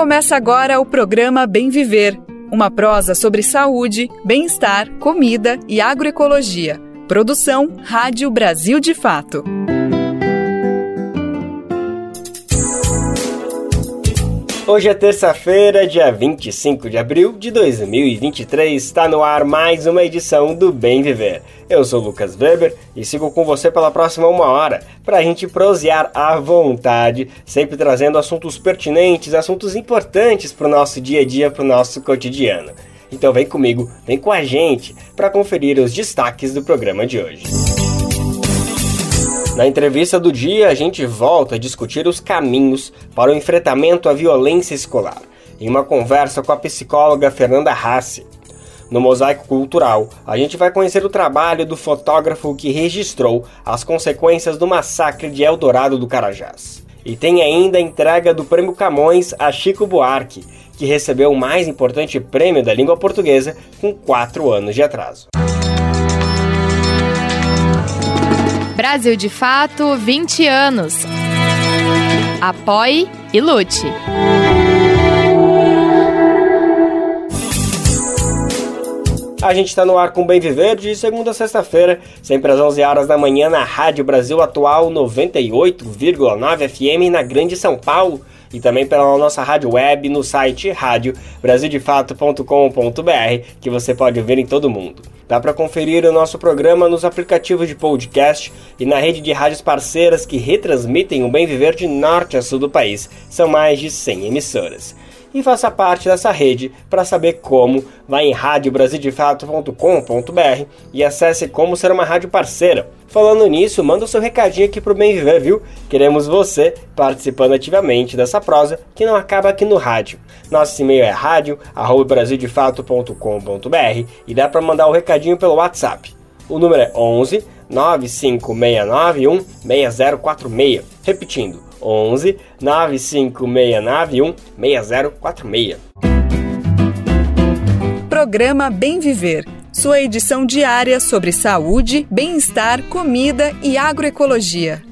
Começa agora o programa Bem Viver, uma prosa sobre saúde, bem-estar, comida e agroecologia. Produção Rádio Brasil de Fato. Hoje é terça-feira, dia 25 de abril de 2023, está no ar mais uma edição do Bem Viver. Eu sou Lucas Weber e sigo com você pela próxima 1 hora, para a gente prosear à vontade, sempre trazendo assuntos pertinentes, assuntos importantes para o nosso dia a dia, para o nosso cotidiano. Então vem comigo, vem com a gente, para conferir os destaques do programa de hoje. Na entrevista do dia, a gente volta a discutir os caminhos para o enfrentamento à violência escolar, em uma conversa com a psicóloga Fernanda Hassi. No Mosaico Cultural, a gente vai conhecer o trabalho do fotógrafo que registrou as consequências do massacre de Eldorado do Carajás. E tem ainda a entrega do Prêmio Camões a Chico Buarque, que recebeu o mais importante prêmio da língua portuguesa com 4 anos de atraso. Brasil de Fato, 20 anos. Apoie e lute. A gente está no ar com Bem Viver de segunda a sexta-feira, sempre às 11 horas da manhã na Rádio Brasil Atual 98,9 FM na Grande São Paulo e também pela nossa rádio web no site radiobrasildefato.com.br, que você pode ouvir em todo mundo. Dá para conferir o nosso programa nos aplicativos de podcast e na rede de rádios parceiras que retransmitem o Bem Viver de norte a sul do país. São mais de 100 emissoras. E faça parte dessa rede. Para saber como, vá em radiobrasildefato.com.br e acesse como ser uma rádio parceira. Falando nisso, manda o seu recadinho aqui pro Bem Viver, viu? Queremos você participando ativamente dessa prosa que não acaba aqui no rádio. Nosso e-mail é radio@brasildefato.com.br e dá para mandar o recadinho pelo WhatsApp. O número é 11 95691 6046. Repetindo, 11 95691 6046. Programa Bem Viver, sua edição diária sobre saúde, bem-estar, comida e agroecologia.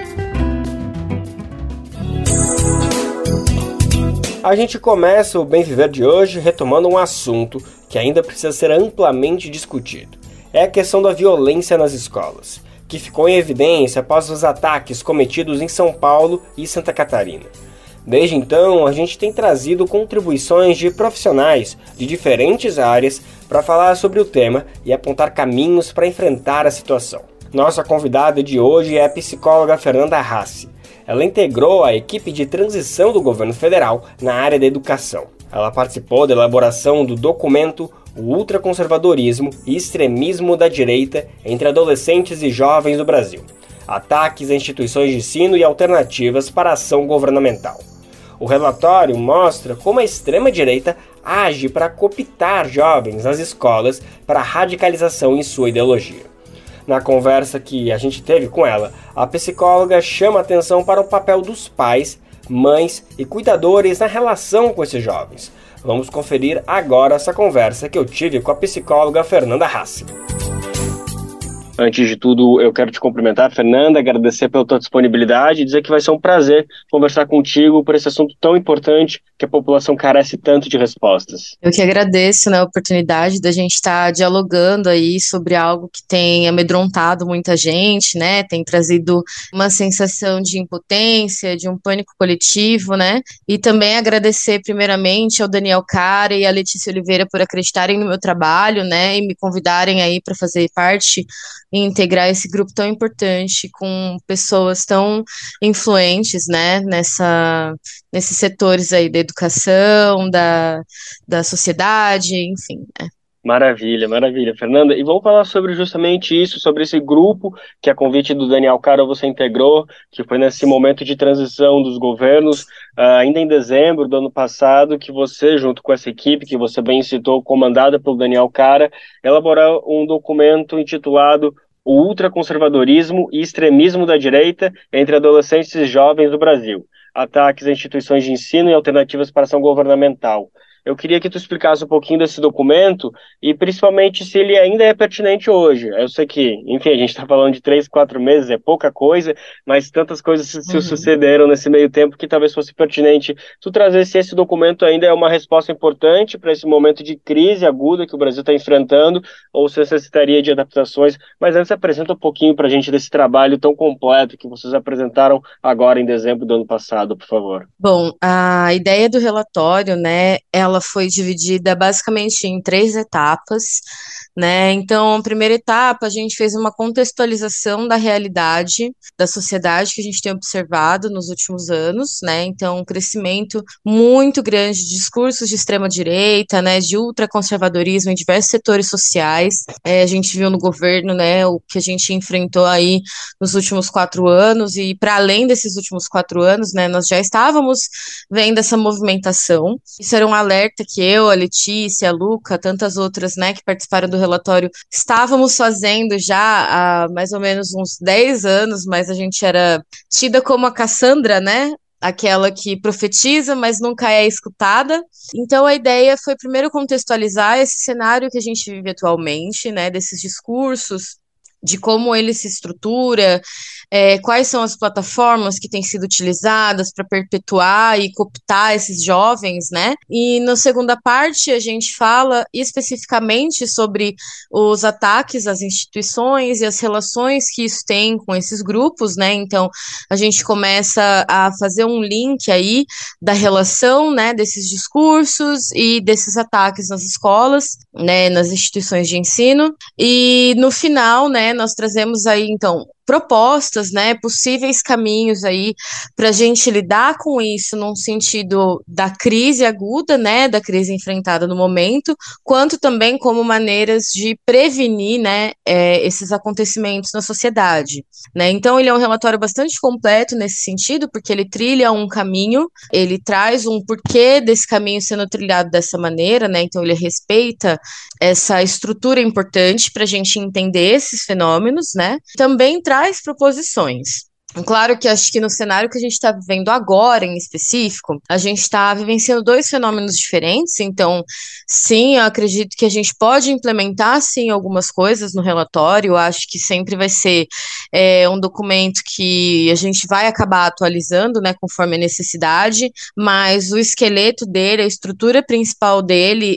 A gente começa o Bem Viver de hoje retomando um assunto que ainda precisa ser amplamente discutido. É a questão da violência nas escolas, que ficou em evidência após os ataques cometidos em São Paulo e Santa Catarina. Desde então, a gente tem trazido contribuições de profissionais de diferentes áreas para falar sobre o tema e apontar caminhos para enfrentar a situação. Nossa convidada de hoje é a psicóloga Fernanda Hassi. Ela integrou a equipe de transição do governo federal na área da educação. Ela participou da elaboração do documento O Ultraconservadorismo e Extremismo da Direita entre Adolescentes e Jovens do Brasil. Ataques a instituições de ensino e alternativas para a ação governamental. O relatório mostra como a extrema-direita age para cooptar jovens nas escolas para a radicalização em sua ideologia. Na conversa que a gente teve com ela, a psicóloga chama atenção para o papel dos pais, mães e cuidadores na relação com esses jovens. Vamos conferir agora essa conversa que eu tive com a psicóloga Fernanda Hassi. Antes de tudo, eu quero te cumprimentar, Fernanda, agradecer pela tua disponibilidade e dizer que vai ser um prazer conversar contigo por esse assunto tão importante que a população carece tanto de respostas. Eu que agradeço, a oportunidade da gente estar dialogando aí sobre algo que tem amedrontado muita gente, tem trazido uma sensação de impotência, de um pânico coletivo, e também agradecer primeiramente ao Daniel Cara e à Letícia Oliveira por acreditarem no meu trabalho, e me convidarem aí para fazer parte e integrar esse grupo tão importante com pessoas tão influentes, nesses setores aí da educação, da sociedade, enfim, Maravilha, maravilha, Fernanda. E vamos falar sobre justamente isso, sobre esse grupo que a convite do Daniel Cara você integrou, que foi nesse momento de transição dos governos, ainda em dezembro do ano passado, que você, junto com essa equipe, que você bem citou, comandada pelo Daniel Cara, elaborou um documento intitulado O Ultraconservadorismo e Extremismo da Direita entre Adolescentes e Jovens do Brasil. Ataques a instituições de ensino e alternativas para a ação governamental. eu queria que tu explicasse um pouquinho desse documento e principalmente se ele ainda é pertinente hoje. Eu sei que, enfim, a gente está falando de 3, 4 meses, é pouca coisa, mas tantas coisas se sucederam nesse meio tempo que talvez fosse pertinente tu trazer se esse documento ainda é uma resposta importante para esse momento de crise aguda que o Brasil está enfrentando ou se necessitaria de adaptações. Mas antes apresenta um pouquinho para a gente desse trabalho tão completo que vocês apresentaram agora em dezembro do ano passado, por favor. Bom, a ideia do relatório, né, ela foi dividida basicamente em 3 etapas, né? Então, a primeira etapa, a gente fez uma contextualização da realidade da sociedade que a gente tem observado nos últimos anos, né? Então, um crescimento muito grande de discursos de extrema-direita, né, de ultraconservadorismo em diversos setores sociais. A gente viu no governo, né, o que a gente enfrentou aí nos últimos 4 anos, e para além desses últimos 4 anos, né, nós já estávamos vendo essa movimentação. Isso era um alerta que eu, a Letícia, a Luca, tantas outras, né, que participaram do relatório, estávamos fazendo já há mais ou menos uns 10 anos, mas a gente era tida como a Cassandra, né? Aquela que profetiza, mas nunca é escutada. Então, a ideia foi primeiro contextualizar esse cenário que a gente vive atualmente, né? Desses discursos, de como ele se estrutura, quais são as plataformas que têm sido utilizadas para perpetuar e cooptar esses jovens, né? E na segunda parte a gente fala especificamente sobre os ataques às instituições e as relações que isso tem com esses grupos, né? Então a gente começa a fazer um link aí da relação, né, desses discursos e desses ataques nas escolas, né, nas instituições de ensino. E no final, né, nós trazemos aí, então, propostas, né, possíveis caminhos aí para a gente lidar com isso num sentido da crise aguda, né, da crise enfrentada no momento, quanto também como maneiras de prevenir, né, esses acontecimentos na sociedade, né. Então ele é um relatório bastante completo nesse sentido, porque ele trilha um caminho, ele traz um porquê desse caminho sendo trilhado dessa maneira, né, então ele respeita essa estrutura importante para a gente entender esses fenômenos, né, também traz proposições. Claro que acho que no cenário que a gente está vivendo agora, em específico, a gente está vivenciando 2 fenômenos diferentes, então, sim, eu acredito que a gente pode implementar, sim, algumas coisas no relatório, eu acho que sempre vai ser um documento que a gente vai acabar atualizando, né, conforme a necessidade, mas o esqueleto dele, a estrutura principal dele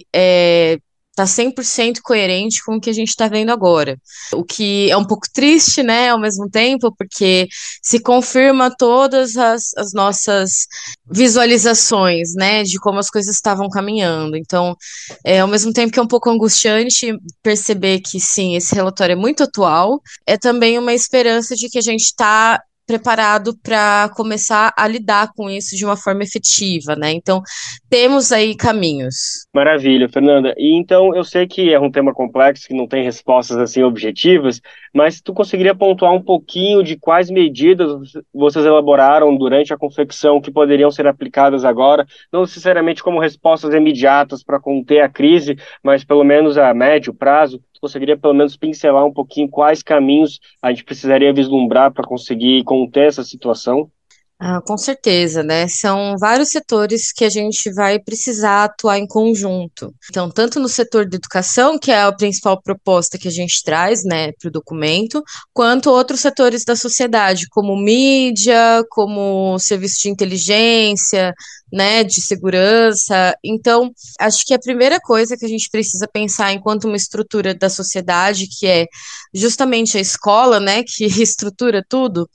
está 100% coerente com o que a gente está vendo agora. O que é um pouco triste, né, ao mesmo tempo, porque se confirma todas as nossas visualizações, né, de como as coisas estavam caminhando. Então, ao mesmo tempo que é um pouco angustiante perceber que, sim, esse relatório é muito atual, é também uma esperança de que a gente está preparado para começar a lidar com isso de uma forma efetiva, né? Então, temos aí caminhos. Maravilha, Fernanda. E então, eu sei que é um tema complexo, que não tem respostas assim objetivas, mas tu conseguiria pontuar um pouquinho de quais medidas vocês elaboraram durante a confecção que poderiam ser aplicadas agora, não necessariamente como respostas imediatas para conter a crise, mas pelo menos a médio prazo? Tu conseguiria pelo menos pincelar um pouquinho quais caminhos a gente precisaria vislumbrar para conseguir conter essa situação? Com certeza, né? São vários setores que a gente vai precisar atuar em conjunto. Então, tanto no setor da educação, que é a principal proposta que a gente traz, né, para o documento, quanto outros setores da sociedade, como mídia, como serviço de inteligência, né, de segurança. Então, acho que a primeira coisa que a gente precisa pensar enquanto uma estrutura da sociedade, que é justamente a escola, né, que estrutura tudo,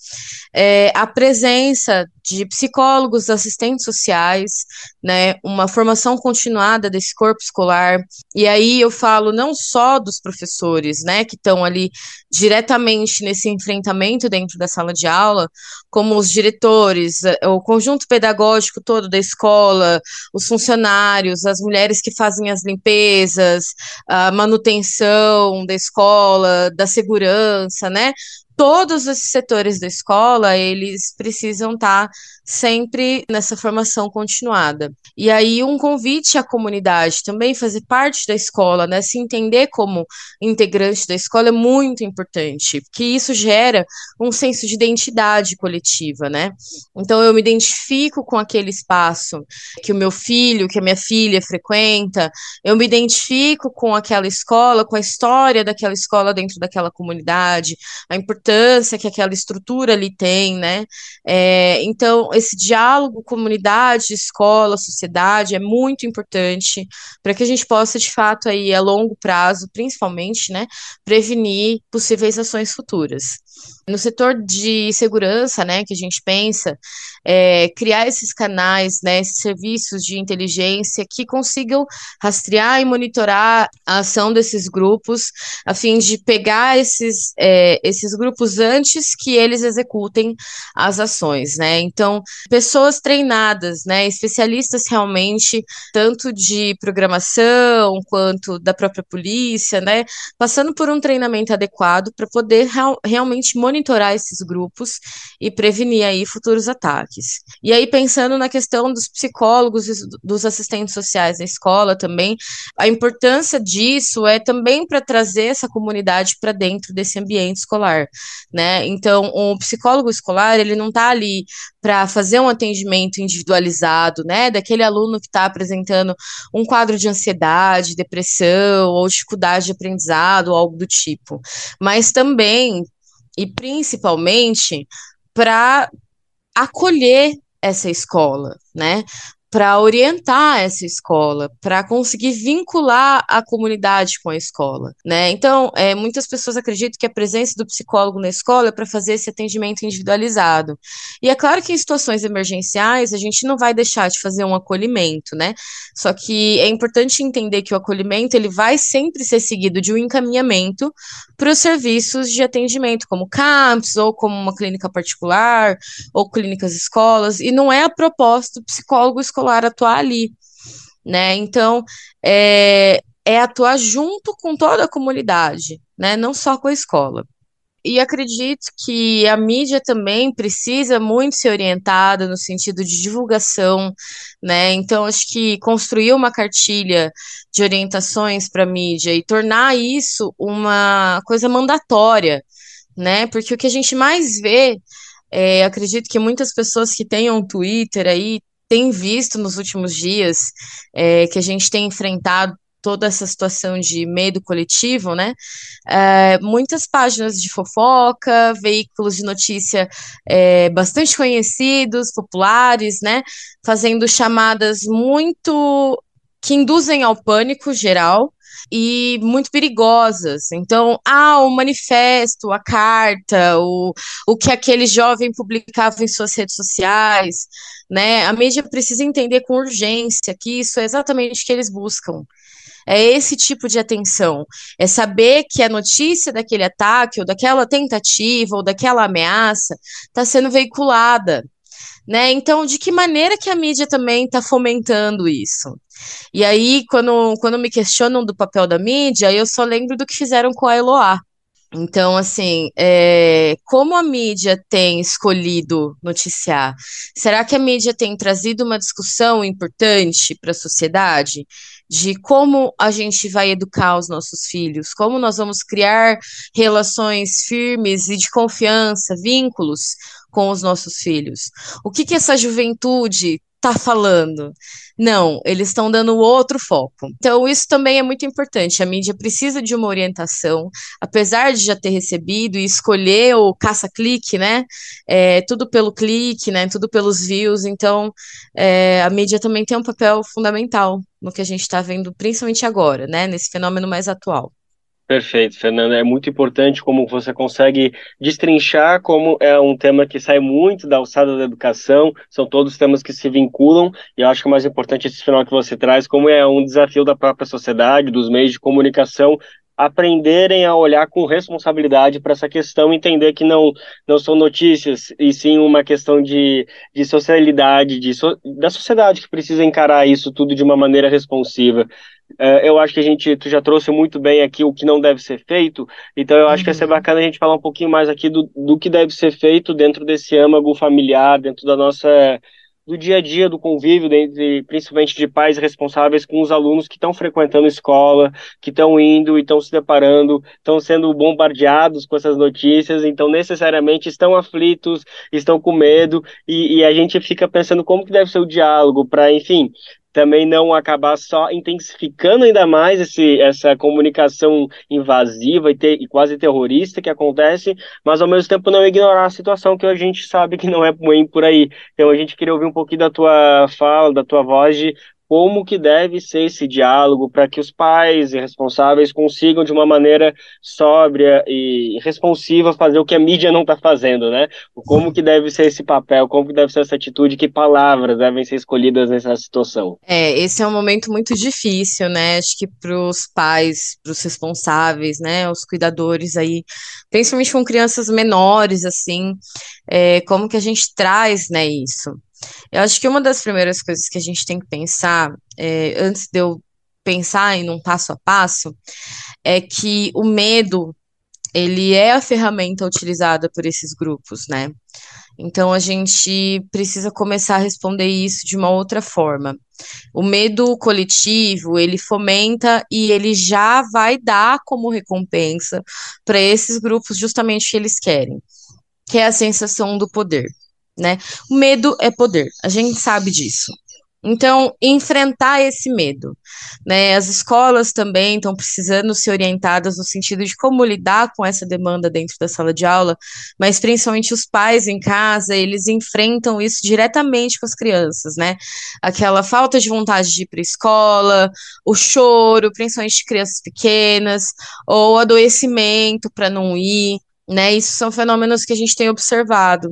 a presença de psicólogos, assistentes sociais, né, uma formação continuada desse corpo escolar. E aí eu falo não só dos professores, né, que estão ali diretamente nesse enfrentamento dentro da sala de aula, como os diretores, o conjunto pedagógico todo da escola, os funcionários, as mulheres que fazem as limpezas, a manutenção da escola, da segurança, né? todos os setores da escola, eles precisam estar sempre nessa formação continuada. E aí um convite à comunidade também fazer parte da escola, né, se entender como integrante da escola é muito importante, porque isso gera um senso de identidade coletiva, né? Então eu me identifico com aquele espaço que o meu filho, que a minha filha frequenta, eu me identifico com aquela escola, com a história daquela escola dentro daquela comunidade, a importância que aquela estrutura ali tem, né? Então, esse diálogo comunidade, escola, sociedade é muito importante para que a gente possa, de fato, aí, a longo prazo, principalmente, né, prevenir possíveis ações futuras. No setor de segurança, né, que a gente pensa, criar esses canais, né, esses serviços de inteligência que consigam rastrear e monitorar a ação desses grupos, a fim de pegar esses grupos antes que eles executem as ações, né? Então, pessoas treinadas, né, especialistas realmente, tanto de programação quanto da própria polícia, né, passando por um treinamento adequado para poder realmente monitorar esses grupos e prevenir aí futuros ataques. E aí, pensando na questão dos psicólogos e dos assistentes sociais na escola também, a importância disso é também para trazer essa comunidade para dentro desse ambiente escolar, né? Então, o psicólogo escolar, ele não está ali para fazer um atendimento individualizado, né, daquele aluno que está apresentando um quadro de ansiedade, depressão ou dificuldade de aprendizado, ou algo do tipo, mas também e principalmente para acolher essa escola, né? Para orientar essa escola, para conseguir vincular a comunidade com a escola, né? Então, muitas pessoas acreditam que a presença do psicólogo na escola é para fazer esse atendimento individualizado. E é claro que em situações emergenciais a gente não vai deixar de fazer um acolhimento, né? Só que é importante entender que o acolhimento ele vai sempre ser seguido de um encaminhamento para os serviços de atendimento, como CAMPS, ou como uma clínica particular, ou clínicas escolas, e não é a proposta do psicólogo escolar atuar ali, né? Então, é atuar junto com toda a comunidade, né? Não só com a escola. E acredito que a mídia também precisa muito ser orientada no sentido de divulgação, né? Então, acho que construir uma cartilha de orientações para a mídia e tornar isso uma coisa mandatória, né? Porque o que a gente mais vê, acredito que muitas pessoas que tenham Twitter aí têm visto nos últimos dias, que a gente tem enfrentado toda essa situação de medo coletivo, né? Muitas páginas de fofoca, veículos de notícia bastante conhecidos, populares, né? Fazendo chamadas muito que induzem ao pânico geral e muito perigosas. Então, o manifesto, a carta, o que aquele jovem publicava em suas redes sociais, né? A mídia precisa entender com urgência que isso é exatamente o que eles buscam. É esse tipo de atenção, é saber que a notícia daquele ataque, ou daquela tentativa, ou daquela ameaça, está sendo veiculada, né? Então, de que maneira que a mídia também está fomentando isso? E aí, quando me questionam do papel da mídia, eu só lembro do que fizeram com a Eloá. Então, assim, como a mídia tem escolhido noticiar? Será que a mídia tem trazido uma discussão importante para a sociedade de como a gente vai educar os nossos filhos? Como nós vamos criar relações firmes e de confiança, vínculos com os nossos filhos? O que essa juventude está falando? Não, eles estão dando outro foco. Então, isso também é muito importante. A mídia precisa de uma orientação, apesar de já ter recebido e escolher o caça-clique, né? Tudo pelo clique, né? Tudo pelos views. Então, a mídia também tem um papel fundamental no que a gente está vendo, principalmente agora, né? Nesse fenômeno mais atual. Perfeito, Fernanda. É muito importante como você consegue destrinchar como é um tema que sai muito da alçada da educação, são todos temas que se vinculam, e eu acho que o mais importante é esse final que você traz, como é um desafio da própria sociedade, dos meios de comunicação, aprenderem a olhar com responsabilidade para essa questão, entender que não são notícias, e sim uma questão de socialidade, da sociedade que precisa encarar isso tudo de uma maneira responsiva. Eu acho que tu já trouxe muito bem aqui o que não deve ser feito, então eu acho que ia ser bacana a gente falar um pouquinho mais aqui do que deve ser feito dentro desse âmago familiar, dentro do dia a dia, do convívio, principalmente de pais responsáveis com os alunos que estão frequentando a escola, que estão indo e estão se deparando, estão sendo bombardeados com essas notícias, então necessariamente estão aflitos, estão com medo, e a gente fica pensando como que deve ser o diálogo para, enfim, também não acabar só intensificando ainda mais essa comunicação invasiva e quase terrorista que acontece, mas ao mesmo tempo não ignorar a situação que a gente sabe que não é ruim por aí. Então a gente queria ouvir um pouquinho da tua fala, da tua voz de como que deve ser esse diálogo para que os pais e responsáveis consigam de uma maneira sóbria e responsiva fazer o que a mídia não está fazendo, né? Como que deve ser esse papel, como que deve ser essa atitude, que palavras devem ser escolhidas nessa situação. Esse é um momento muito difícil, né? Acho que para os pais, para os responsáveis, né? Os cuidadores aí, principalmente com crianças menores, assim, como que a gente traz, né, isso? Eu acho que uma das primeiras coisas que a gente tem que pensar, antes de eu pensar em um passo a passo, é que o medo, ele é a ferramenta utilizada por esses grupos, né? Então a gente precisa começar a responder isso de uma outra forma. O medo coletivo, ele fomenta e ele já vai dar como recompensa para esses grupos justamente o que eles querem, que é a sensação do poder, né? O medo é poder, a gente sabe disso. Então, enfrentar esse medo, né? As escolas também estão precisando ser orientadas no sentido de como lidar com essa demanda dentro da sala de aula, mas principalmente os pais em casa, eles enfrentam isso diretamente com as crianças, né? Aquela falta de vontade de ir para a escola, o choro, principalmente de crianças pequenas, ou adoecimento para não ir. Né, isso são fenômenos que a gente tem observado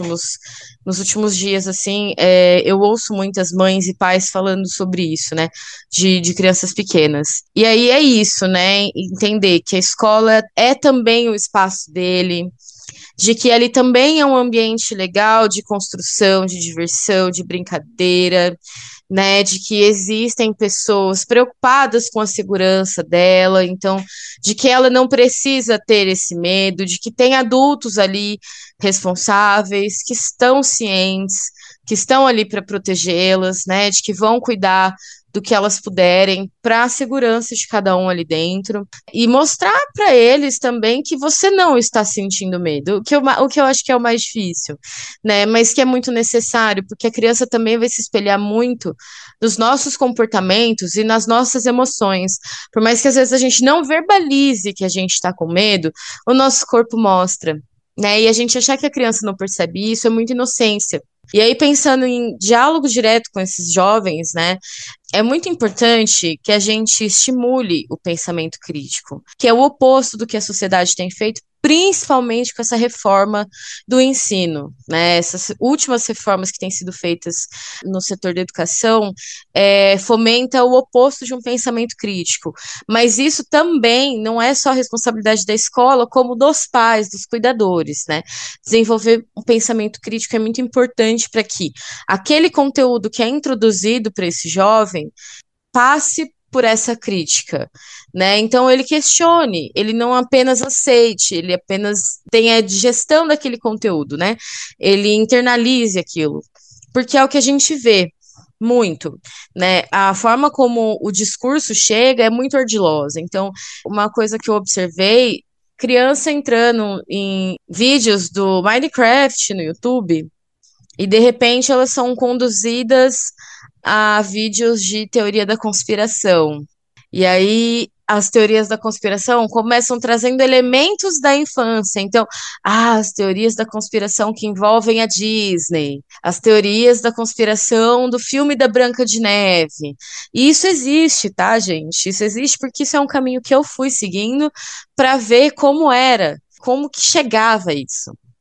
nos últimos dias, assim, eu ouço muitas mães e pais falando sobre isso, né, de crianças pequenas. E aí é isso, né, entender que a escola é também o espaço dele, de que ali também é um ambiente legal de construção, de diversão, de brincadeira, né, de que existem pessoas preocupadas com a segurança dela, então, de que ela não precisa ter esse medo, de que tem adultos ali responsáveis, que estão cientes, que estão ali para protegê-las, né, de que vão cuidar do que elas puderem para a segurança de cada um ali dentro e mostrar para eles também que você não está sentindo medo, o que eu acho que é o mais difícil, né? Mas que é muito necessário, porque a criança também vai se espelhar muito nos nossos comportamentos e nas nossas emoções. Por mais que às vezes a gente não verbalize que a gente está com medo, o nosso corpo mostra. Né? E a gente achar que a criança não percebe isso é muita inocência. E aí, pensando em diálogo direto com esses jovens, né, é muito importante que a gente estimule o pensamento crítico, que é o oposto do que a sociedade tem feito, principalmente com essa reforma do ensino, né? Essas últimas reformas que têm sido feitas no setor da educação fomenta o oposto de um pensamento crítico. Mas isso também não é só responsabilidade da escola, como dos pais, dos cuidadores, né? Desenvolver um pensamento crítico é muito importante para que aquele conteúdo que é introduzido para esse jovem passe por essa crítica, né? Então ele questione, ele não apenas aceite, ele apenas tenha a digestão daquele conteúdo, né? Ele internalize aquilo, porque é o que a gente vê muito, né? A forma como o discurso chega é muito ardilosa. Então, uma coisa que eu observei, criança entrando em vídeos do Minecraft no YouTube, e de repente elas são conduzidas a vídeos de teoria da conspiração. E aí as teorias da conspiração começam trazendo elementos da infância. Então, as teorias da conspiração que envolvem a Disney, as teorias da conspiração do filme da Branca de Neve. E isso existe, tá, gente? Isso existe porque isso é um caminho que eu fui seguindo para ver como era, como que chegava isso.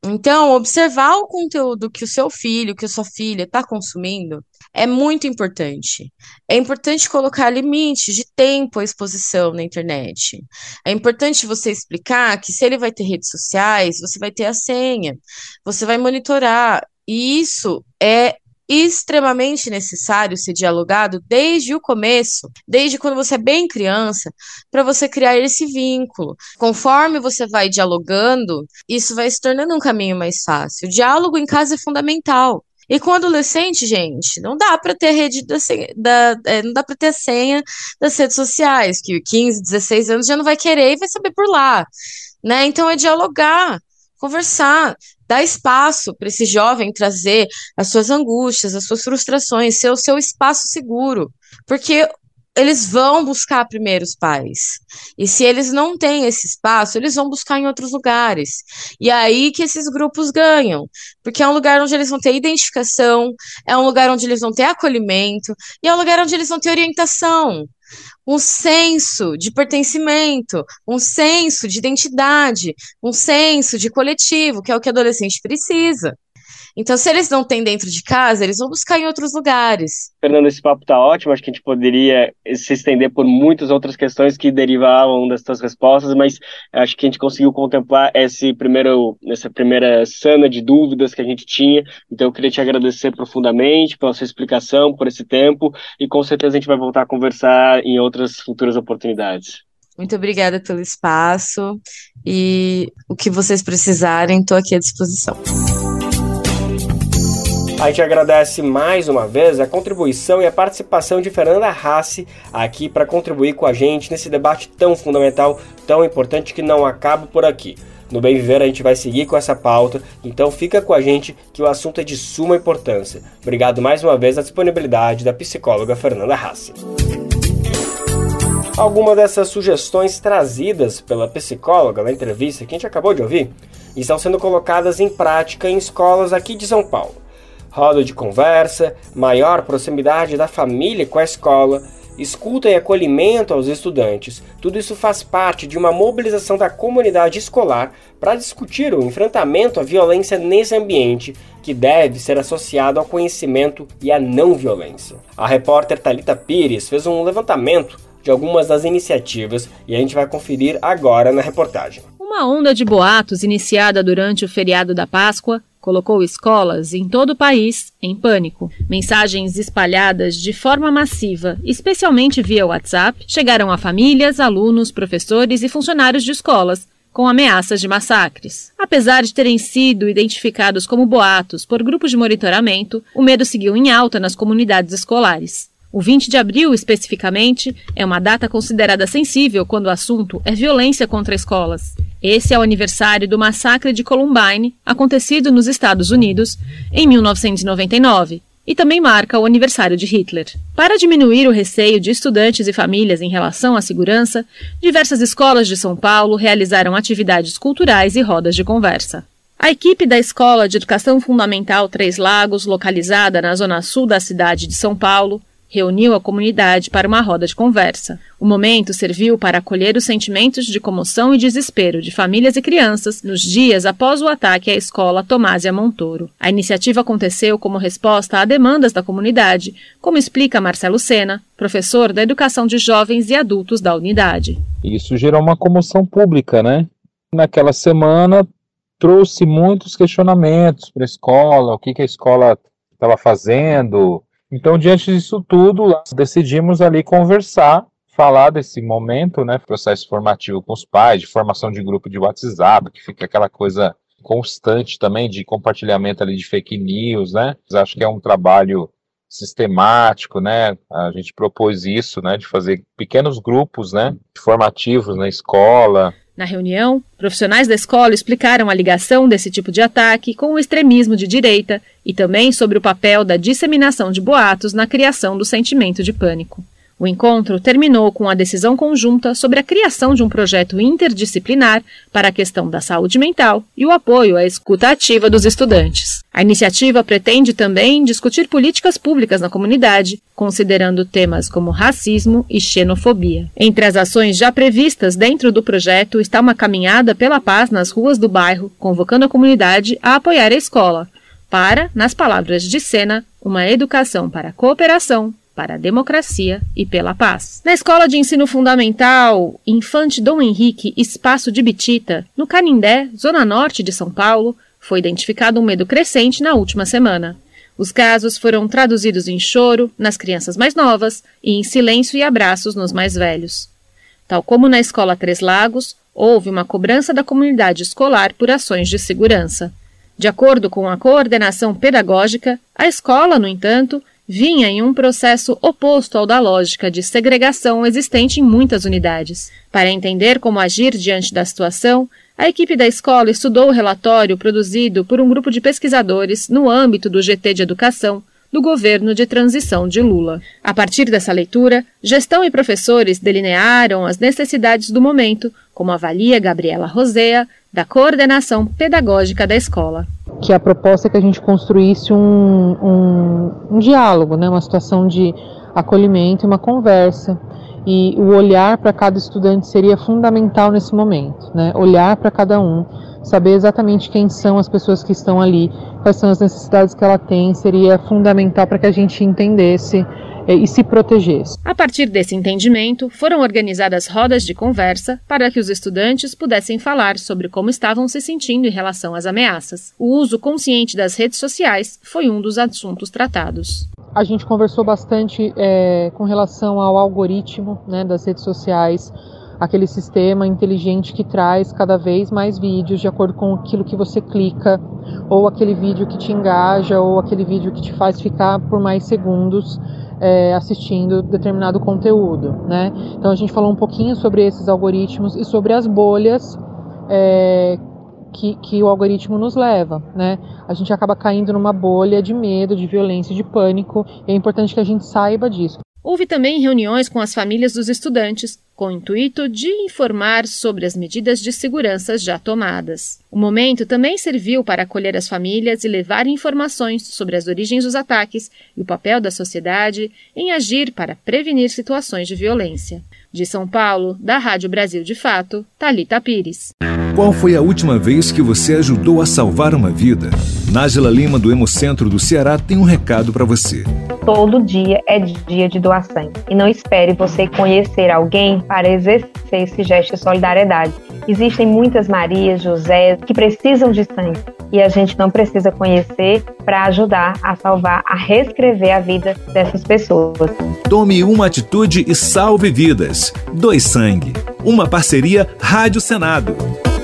Então, observar o conteúdo que o seu filho, que a sua filha está consumindo é muito importante. É importante colocar limites de tempo à exposição na internet. É importante você explicar que se ele vai ter redes sociais, você vai ter a senha, você vai monitorar. E isso é extremamente necessário ser dialogado desde o começo, desde quando você é bem criança, para você criar esse vínculo. Conforme você vai dialogando, isso vai se tornando um caminho mais fácil. O diálogo em casa é fundamental. E com adolescente, gente, não dá para ter não dá para ter a senha das redes sociais, que 15, 16 anos já não vai querer e vai saber por lá, né? Então é dialogar, conversar, dar espaço para esse jovem trazer as suas angústias, as suas frustrações, ser o seu espaço seguro, porque eles vão buscar primeiro os pais. E se eles não têm esse espaço, eles vão buscar em outros lugares. E é aí que esses grupos ganham, porque é um lugar onde eles vão ter identificação, é um lugar onde eles vão ter acolhimento, e é um lugar onde eles vão ter orientação, um senso de pertencimento, um senso de identidade, um senso de coletivo, que é o que o adolescente precisa. Então, se eles não têm dentro de casa, eles vão buscar em outros lugares. Fernanda, esse papo tá ótimo, acho que a gente poderia se estender por muitas outras questões que derivavam das tuas respostas, mas acho que a gente conseguiu contemplar essa primeira sana de dúvidas que a gente tinha, então eu queria te agradecer profundamente pela sua explicação, por esse tempo, e com certeza a gente vai voltar a conversar em outras futuras oportunidades. Muito obrigada pelo espaço, e o que vocês precisarem, estou aqui à disposição. A gente agradece mais uma vez a contribuição e a participação de Fernanda Hassi aqui para contribuir com a gente nesse debate tão fundamental, tão importante que não acaba por aqui. No Bem Viver a gente vai seguir com essa pauta, então fica com a gente que o assunto é de suma importância. Obrigado mais uma vez à disponibilidade da psicóloga Fernanda Hassi. Algumas dessas sugestões trazidas pela psicóloga na entrevista que a gente acabou de ouvir estão sendo colocadas em prática em escolas aqui de São Paulo. Roda de conversa, maior proximidade da família com a escola, escuta e acolhimento aos estudantes. Tudo isso faz parte de uma mobilização da comunidade escolar para discutir o enfrentamento à violência nesse ambiente, que deve ser associado ao conhecimento e à não violência. A repórter Thalita Pires fez um levantamento de algumas das iniciativas e a gente vai conferir agora na reportagem. Uma onda de boatos iniciada durante o feriado da Páscoa colocou escolas em todo o país em pânico. Mensagens espalhadas de forma massiva, especialmente via WhatsApp, chegaram a famílias, alunos, professores e funcionários de escolas, com ameaças de massacres. Apesar de terem sido identificados como boatos por grupos de monitoramento, o medo seguiu em alta nas comunidades escolares. O 20 de abril, especificamente, é uma data considerada sensível quando o assunto é violência contra escolas. Esse é o aniversário do massacre de Columbine, acontecido nos Estados Unidos em 1999, e também marca o aniversário de Hitler. Para diminuir o receio de estudantes e famílias em relação à segurança, diversas escolas de São Paulo realizaram atividades culturais e rodas de conversa. A equipe da Escola de Educação Fundamental Três Lagos, localizada na zona sul da cidade de São Paulo, reuniu a comunidade para uma roda de conversa. O momento serviu para acolher os sentimentos de comoção e desespero de famílias e crianças nos dias após o ataque à escola Tomásia Montoro. A iniciativa aconteceu como resposta a demandas da comunidade, como explica Marcelo Sena, professor da Educação de Jovens e Adultos da unidade. Isso gerou uma comoção pública, né? Naquela semana trouxe muitos questionamentos para a escola, o que a escola estava fazendo. Então, diante disso tudo, decidimos ali conversar, falar desse momento, né, processo formativo com os pais, de formação de grupo de WhatsApp, que fica aquela coisa constante também de compartilhamento ali de fake news, né? Acho que é um trabalho sistemático, né? A gente propôs isso, né, de fazer pequenos grupos, né, formativos na escola. Na reunião, profissionais da escola explicaram a ligação desse tipo de ataque com o extremismo de direita e também sobre o papel da disseminação de boatos na criação do sentimento de pânico. O encontro terminou com a decisão conjunta sobre a criação de um projeto interdisciplinar para a questão da saúde mental e o apoio à escuta ativa dos estudantes. A iniciativa pretende também discutir políticas públicas na comunidade, considerando temas como racismo e xenofobia. Entre as ações já previstas dentro do projeto está uma caminhada pela paz nas ruas do bairro, convocando a comunidade a apoiar a escola, para, nas palavras de Sena, uma educação para a cooperação, para a democracia e pela paz. Na Escola de Ensino Fundamental Infante Dom Henrique Espaço de Bitita, no Canindé, zona norte de São Paulo, foi identificado um medo crescente na última semana. Os casos foram traduzidos em choro nas crianças mais novas e em silêncio e abraços nos mais velhos. Tal como na Escola Três Lagos, houve uma cobrança da comunidade escolar por ações de segurança. De acordo com a coordenação pedagógica, a escola, no entanto, vinha em um processo oposto ao da lógica de segregação existente em muitas unidades. Para entender como agir diante da situação, a equipe da escola estudou o relatório produzido por um grupo de pesquisadores no âmbito do GT de Educação do governo de transição de Lula. A partir dessa leitura, gestão e professores delinearam as necessidades do momento, como avalia Gabriela Rosea, da coordenação pedagógica da escola. Que a proposta é que a gente construísse um diálogo, né? Uma situação de acolhimento e uma conversa. E o olhar para cada estudante seria fundamental nesse momento, né? Olhar para cada um, saber exatamente quem são as pessoas que estão ali, quais são as necessidades que ela tem, seria fundamental para que a gente entendesse e se protegesse. A partir desse entendimento, foram organizadas rodas de conversa para que os estudantes pudessem falar sobre como estavam se sentindo em relação às ameaças. O uso consciente das redes sociais foi um dos assuntos tratados. A gente conversou bastante com relação ao algoritmo, né, das redes sociais, aquele sistema inteligente que traz cada vez mais vídeos de acordo com aquilo que você clica, ou aquele vídeo que te engaja, ou aquele vídeo que te faz ficar por mais segundos assistindo determinado conteúdo, né? Então a gente falou um pouquinho sobre esses algoritmos e sobre as bolhas que o algoritmo nos leva, né? A gente acaba caindo numa bolha de medo, de violência, de pânico, e é importante que a gente saiba disso. Houve também reuniões com as famílias dos estudantes, com o intuito de informar sobre as medidas de segurança já tomadas. O momento também serviu para acolher as famílias e levar informações sobre as origens dos ataques e o papel da sociedade em agir para prevenir situações de violência. De São Paulo, da Rádio Brasil de Fato, Thalita Pires. Qual foi a última vez que você ajudou a salvar uma vida? Nájila Lima, do Hemocentro do Ceará, tem um recado para você. Todo dia é dia de doar sangue. E não espere você conhecer alguém para exercer esse gesto de solidariedade. Existem muitas Marias, José, que precisam de sangue. E a gente não precisa conhecer para ajudar a salvar, a reescrever a vida dessas pessoas. Tome uma atitude e salve vidas. Doe sangue. Uma parceria Rádio Senado.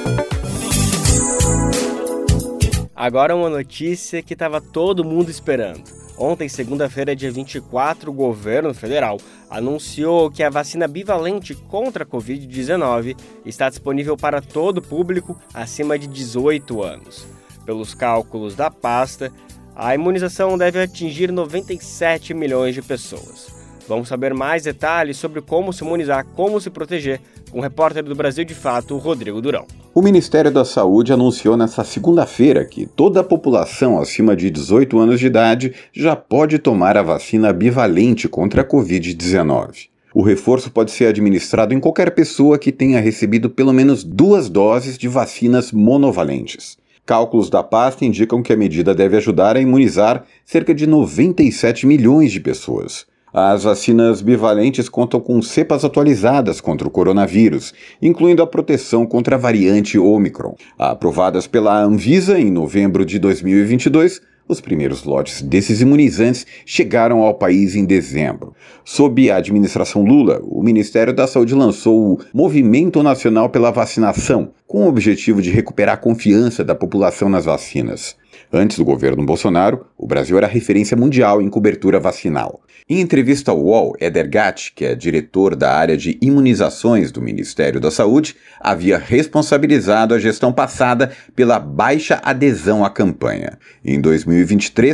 Agora uma notícia que estava todo mundo esperando. Ontem, segunda-feira, dia 24, o governo federal anunciou que a vacina bivalente contra a Covid-19 está disponível para todo o público acima de 18 anos. Pelos cálculos da pasta, a imunização deve atingir 97 milhões de pessoas. Vamos saber mais detalhes sobre como se imunizar, como se proteger, com o repórter do Brasil de Fato, Rodrigo Durão. O Ministério da Saúde anunciou nesta segunda-feira que toda a população acima de 18 anos de idade já pode tomar a vacina bivalente contra a Covid-19. O reforço pode ser administrado em qualquer pessoa que tenha recebido pelo menos 2 doses de vacinas monovalentes. Cálculos da pasta indicam que a medida deve ajudar a imunizar cerca de 97 milhões de pessoas. As vacinas bivalentes contam com cepas atualizadas contra o coronavírus, incluindo a proteção contra a variante Ômicron. Aprovadas pela Anvisa em novembro de 2022, os primeiros lotes desses imunizantes chegaram ao país em dezembro. Sob a administração Lula, o Ministério da Saúde lançou o Movimento Nacional pela Vacinação, com o objetivo de recuperar a confiança da população nas vacinas. Antes do governo Bolsonaro, o Brasil era referência mundial em cobertura vacinal. Em entrevista ao UOL, Eder Gatti, que é diretor da área de imunizações do Ministério da Saúde, havia responsabilizado a gestão passada pela baixa adesão à campanha. Em 2023,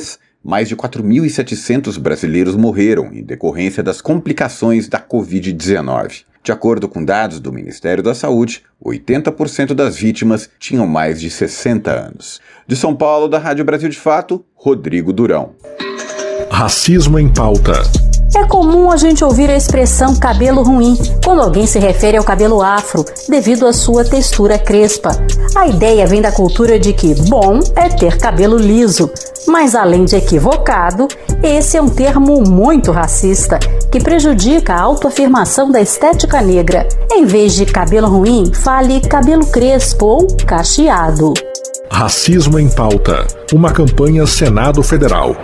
mais de 4.700 brasileiros morreram em decorrência das complicações da Covid-19. De acordo com dados do Ministério da Saúde, 80% das vítimas tinham mais de 60 anos. De São Paulo, da Rádio Brasil de Fato, Rodrigo Durão. Racismo em pauta. É comum a gente ouvir a expressão cabelo ruim quando alguém se refere ao cabelo afro, devido à sua textura crespa. A ideia vem da cultura de que bom é ter cabelo liso, mas além de equivocado, esse é um termo muito racista, que prejudica a autoafirmação da estética negra. Em vez de cabelo ruim, fale cabelo crespo ou cacheado. Racismo em pauta. Uma campanha Senado Federal.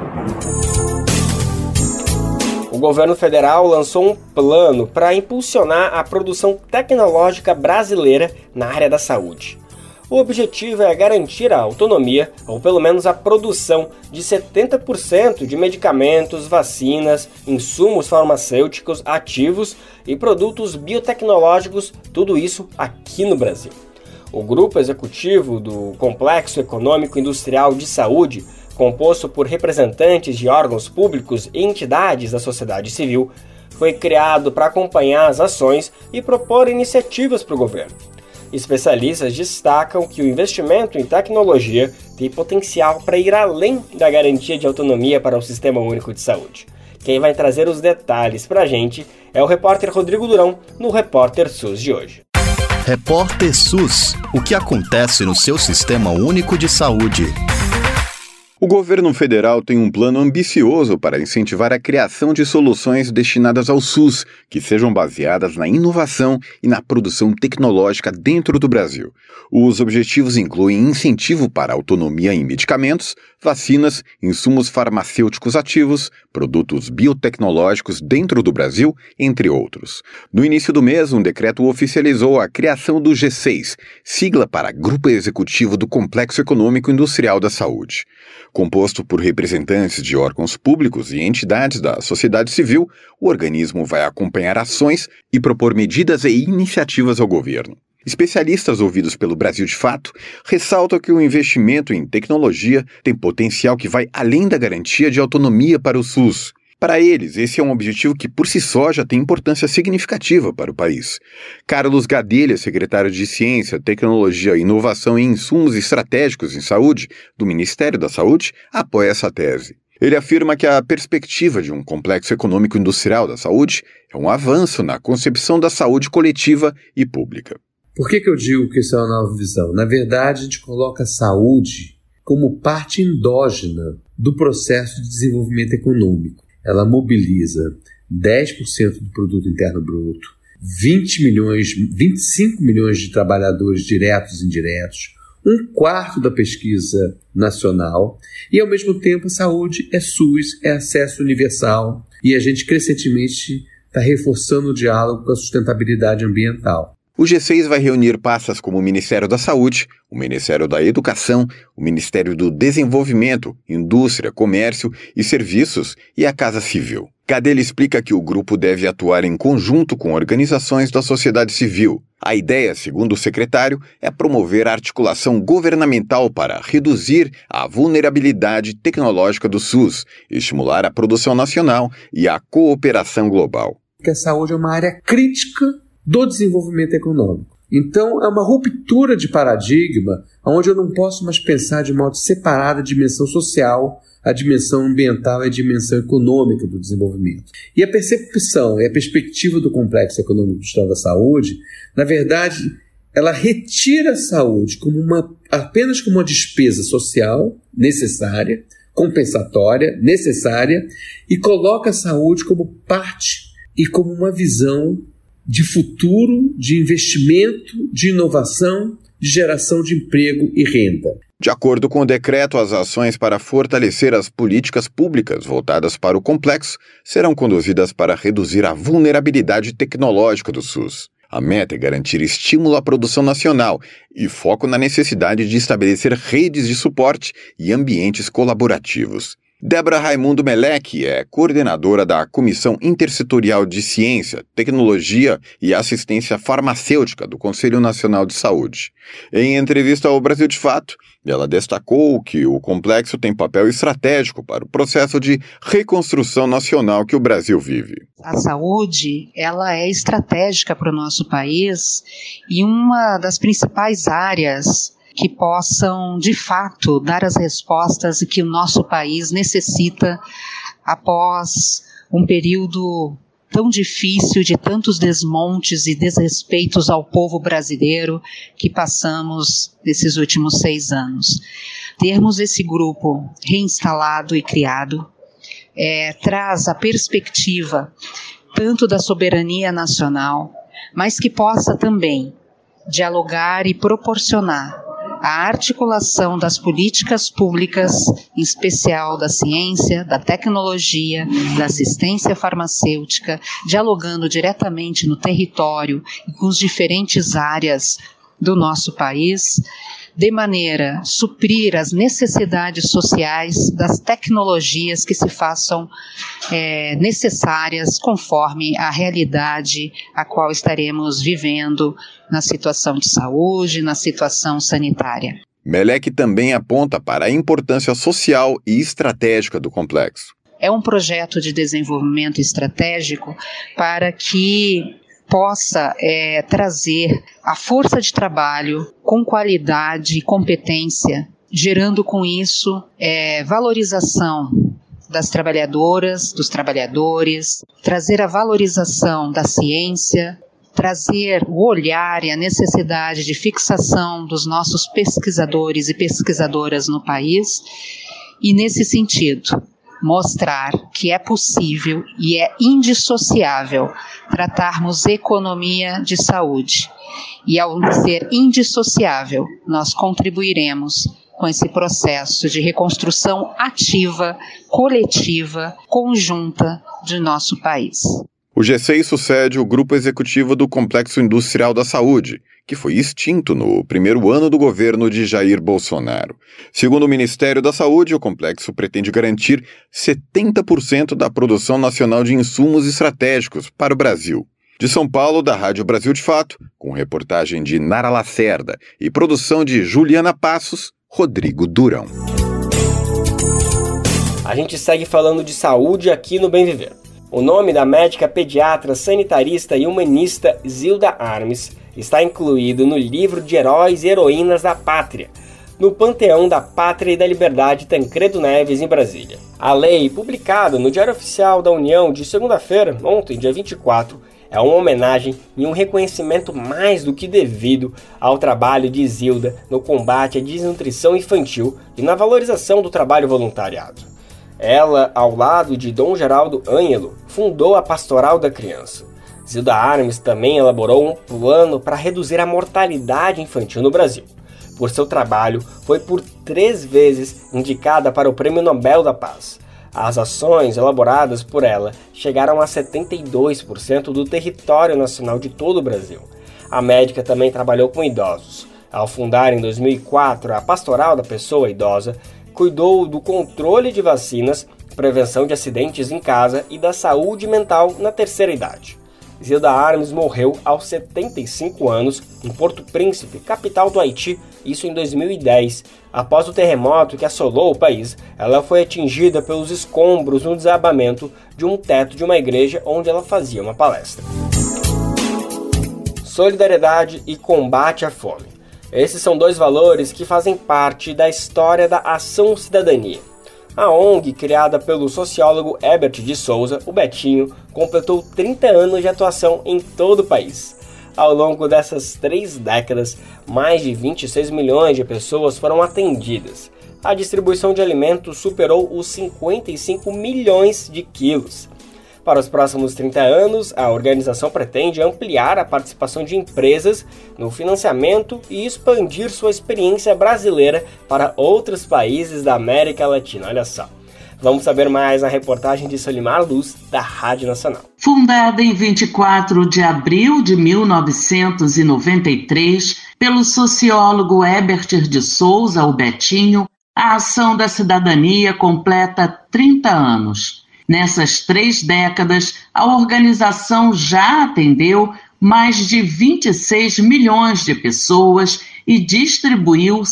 O governo federal lançou um plano para impulsionar a produção tecnológica brasileira na área da saúde. O objetivo é garantir a autonomia, ou pelo menos a produção, de 70% de medicamentos, vacinas, insumos farmacêuticos ativos e produtos biotecnológicos, tudo isso aqui no Brasil. O grupo executivo do Complexo Econômico Industrial de Saúde, composto por representantes de órgãos públicos e entidades da sociedade civil, foi criado para acompanhar as ações e propor iniciativas para o governo. Especialistas destacam que o investimento em tecnologia tem potencial para ir além da garantia de autonomia para o Sistema Único de Saúde. Quem vai trazer os detalhes para a gente é o repórter Rodrigo Durão, no Repórter SUS de hoje. Repórter SUS. O que acontece no seu Sistema Único de Saúde? O governo federal tem um plano ambicioso para incentivar a criação de soluções destinadas ao SUS, que sejam baseadas na inovação e na produção tecnológica dentro do Brasil. Os objetivos incluem incentivo para a autonomia em medicamentos, vacinas, insumos farmacêuticos ativos, produtos biotecnológicos dentro do Brasil, entre outros. No início do mês, um decreto oficializou a criação do G6, sigla para Grupo Executivo do Complexo Econômico Industrial da Saúde. Composto por representantes de órgãos públicos e entidades da sociedade civil, o organismo vai acompanhar ações e propor medidas e iniciativas ao governo. Especialistas ouvidos pelo Brasil de Fato ressaltam que o investimento em tecnologia tem potencial que vai além da garantia de autonomia para o SUS. Para eles, esse é um objetivo que por si só já tem importância significativa para o país. Carlos Gadelha, secretário de Ciência, Tecnologia, Inovação e Insumos Estratégicos em Saúde, do Ministério da Saúde, apoia essa tese. Ele afirma que a perspectiva de um complexo econômico industrial da saúde é um avanço na concepção da saúde coletiva e pública. Por que eu digo que isso é uma nova visão? Na verdade, a gente coloca a saúde como parte endógena do processo de desenvolvimento econômico. Ela mobiliza 10% do produto interno bruto, 25 milhões de trabalhadores diretos e indiretos, 1/4 da pesquisa nacional e, ao mesmo tempo, a saúde é SUS, é acesso universal e a gente crescentemente está reforçando o diálogo com a sustentabilidade ambiental. O G6 vai reunir pastas como o Ministério da Saúde, o Ministério da Educação, o Ministério do Desenvolvimento, Indústria, Comércio e Serviços e a Casa Civil. Gadelha explica que o grupo deve atuar em conjunto com organizações da sociedade civil. A ideia, segundo o secretário, é promover a articulação governamental para reduzir a vulnerabilidade tecnológica do SUS, estimular a produção nacional e a cooperação global. Porque a saúde é uma área crítica do desenvolvimento econômico. Então, é uma ruptura de paradigma onde eu não posso mais pensar de modo separado a dimensão social, a dimensão ambiental e a dimensão econômica do desenvolvimento. E a percepção e a perspectiva do Complexo Econômico Industrial da Saúde, na verdade, ela retira a saúde apenas como uma despesa social necessária, compensatória, necessária, e coloca a saúde como parte e como uma visão de futuro, de investimento, de inovação, de geração de emprego e renda. De acordo com o decreto, as ações para fortalecer as políticas públicas voltadas para o complexo serão conduzidas para reduzir a vulnerabilidade tecnológica do SUS. A meta é garantir estímulo à produção nacional e foco na necessidade de estabelecer redes de suporte e ambientes colaborativos. Débora Raimundo Melec é coordenadora da Comissão Intersetorial de Ciência, Tecnologia e Assistência Farmacêutica do Conselho Nacional de Saúde. Em entrevista ao Brasil de Fato, ela destacou que o complexo tem papel estratégico para o processo de reconstrução nacional que o Brasil vive. A saúde, ela é estratégica para o nosso país e uma das principais áreas que possam, de fato, dar as respostas que o nosso país necessita após um período tão difícil, de tantos desmontes e desrespeitos ao povo brasileiro que passamos nesses últimos 6 anos. Termos esse grupo reinstalado e criado traz a perspectiva tanto da soberania nacional, mas que possa também dialogar e proporcionar a articulação das políticas públicas, em especial da ciência, da tecnologia, da assistência farmacêutica, dialogando diretamente no território e com as diferentes áreas do nosso país, de maneira a suprir as necessidades sociais das tecnologias que se façam necessárias conforme a realidade a qual estaremos vivendo na situação de saúde, na situação sanitária. Melec também aponta para a importância social e estratégica do complexo. É um projeto de desenvolvimento estratégico para que possa trazer a força de trabalho com qualidade e competência, gerando com isso valorização das trabalhadoras, dos trabalhadores, trazer a valorização da ciência, trazer o olhar e a necessidade de fixação dos nossos pesquisadores e pesquisadoras no país e, nesse sentido, mostrar que é possível e é indissociável tratarmos economia de saúde. E ao ser indissociável, nós contribuiremos com esse processo de reconstrução ativa, coletiva, conjunta de nosso país. O G6 sucede o Grupo Executivo do Complexo Industrial da Saúde, que foi extinto no primeiro ano do governo de Jair Bolsonaro. Segundo o Ministério da Saúde, o complexo pretende garantir 70% da produção nacional de insumos estratégicos para o Brasil. De São Paulo, da Rádio Brasil de Fato, com reportagem de Nara Lacerda e produção de Juliana Passos, Rodrigo Durão. A gente segue falando de saúde aqui no Bem Viver. O nome da médica pediatra, sanitarista e humanista Zilda Armes está incluído no livro de Heróis e Heroínas da Pátria, no Panteão da Pátria e da Liberdade Tancredo Neves, em Brasília. A lei, publicada no Diário Oficial da União de segunda-feira, ontem, dia 24, é uma homenagem e um reconhecimento mais do que devido ao trabalho de Zilda no combate à desnutrição infantil e na valorização do trabalho voluntariado. Ela, ao lado de Dom Geraldo Ânhelo, fundou a Pastoral da Criança. Zilda Armes também elaborou um plano para reduzir a mortalidade infantil no Brasil. Por seu trabalho, foi por 3 vezes indicada para o Prêmio Nobel da Paz. As ações elaboradas por ela chegaram a 72% do território nacional de todo o Brasil. A médica também trabalhou com idosos. Ao fundar em 2004 a Pastoral da Pessoa Idosa, cuidou do controle de vacinas, prevenção de acidentes em casa e da saúde mental na terceira idade. Zilda Armes morreu aos 75 anos em Porto Príncipe, capital do Haiti, isso em 2010. Após o terremoto que assolou o país, ela foi atingida pelos escombros no desabamento de um teto de uma igreja onde ela fazia uma palestra. Solidariedade e combate à fome. Esses são 2 valores que fazem parte da história da Ação Cidadania. A ONG, criada pelo sociólogo Herbert de Souza, o Betinho, completou 30 anos de atuação em todo o país. Ao longo dessas 3 décadas, mais de 26 milhões de pessoas foram atendidas. A distribuição de alimentos superou os 55 milhões de quilos. Para os próximos 30 anos, a organização pretende ampliar a participação de empresas no financiamento e expandir sua experiência brasileira para outros países da América Latina. Olha só. Vamos saber mais na reportagem de Solimar Luz, da Rádio Nacional. Fundada em 24 de abril de 1993 pelo sociólogo Herbert de Souza, o Betinho, A Ação da Cidadania completa 30 anos. Nessas 3 décadas, a organização já atendeu mais de 26 milhões de pessoas e distribuiu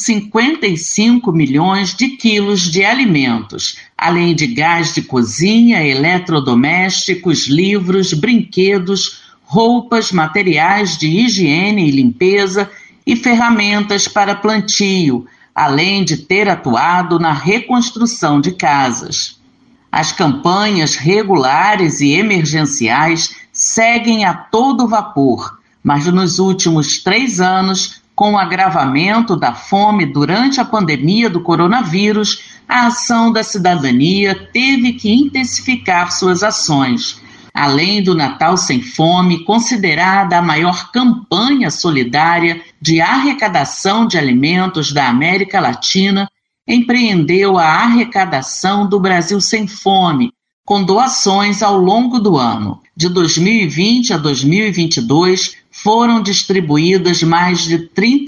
55 milhões de quilos de alimentos, além de gás de cozinha, eletrodomésticos, livros, brinquedos, roupas, materiais de higiene e limpeza e ferramentas para plantio, além de ter atuado na reconstrução de casas. As campanhas regulares e emergenciais seguem a todo vapor, mas nos últimos 3 anos, com o agravamento da fome durante a pandemia do coronavírus, a Ação da Cidadania teve que intensificar suas ações. Além do Natal Sem Fome, considerada a maior campanha solidária de arrecadação de alimentos da América Latina, empreendeu a arrecadação do Brasil Sem Fome, com doações ao longo do ano. De 2020 a 2022, foram distribuídas mais de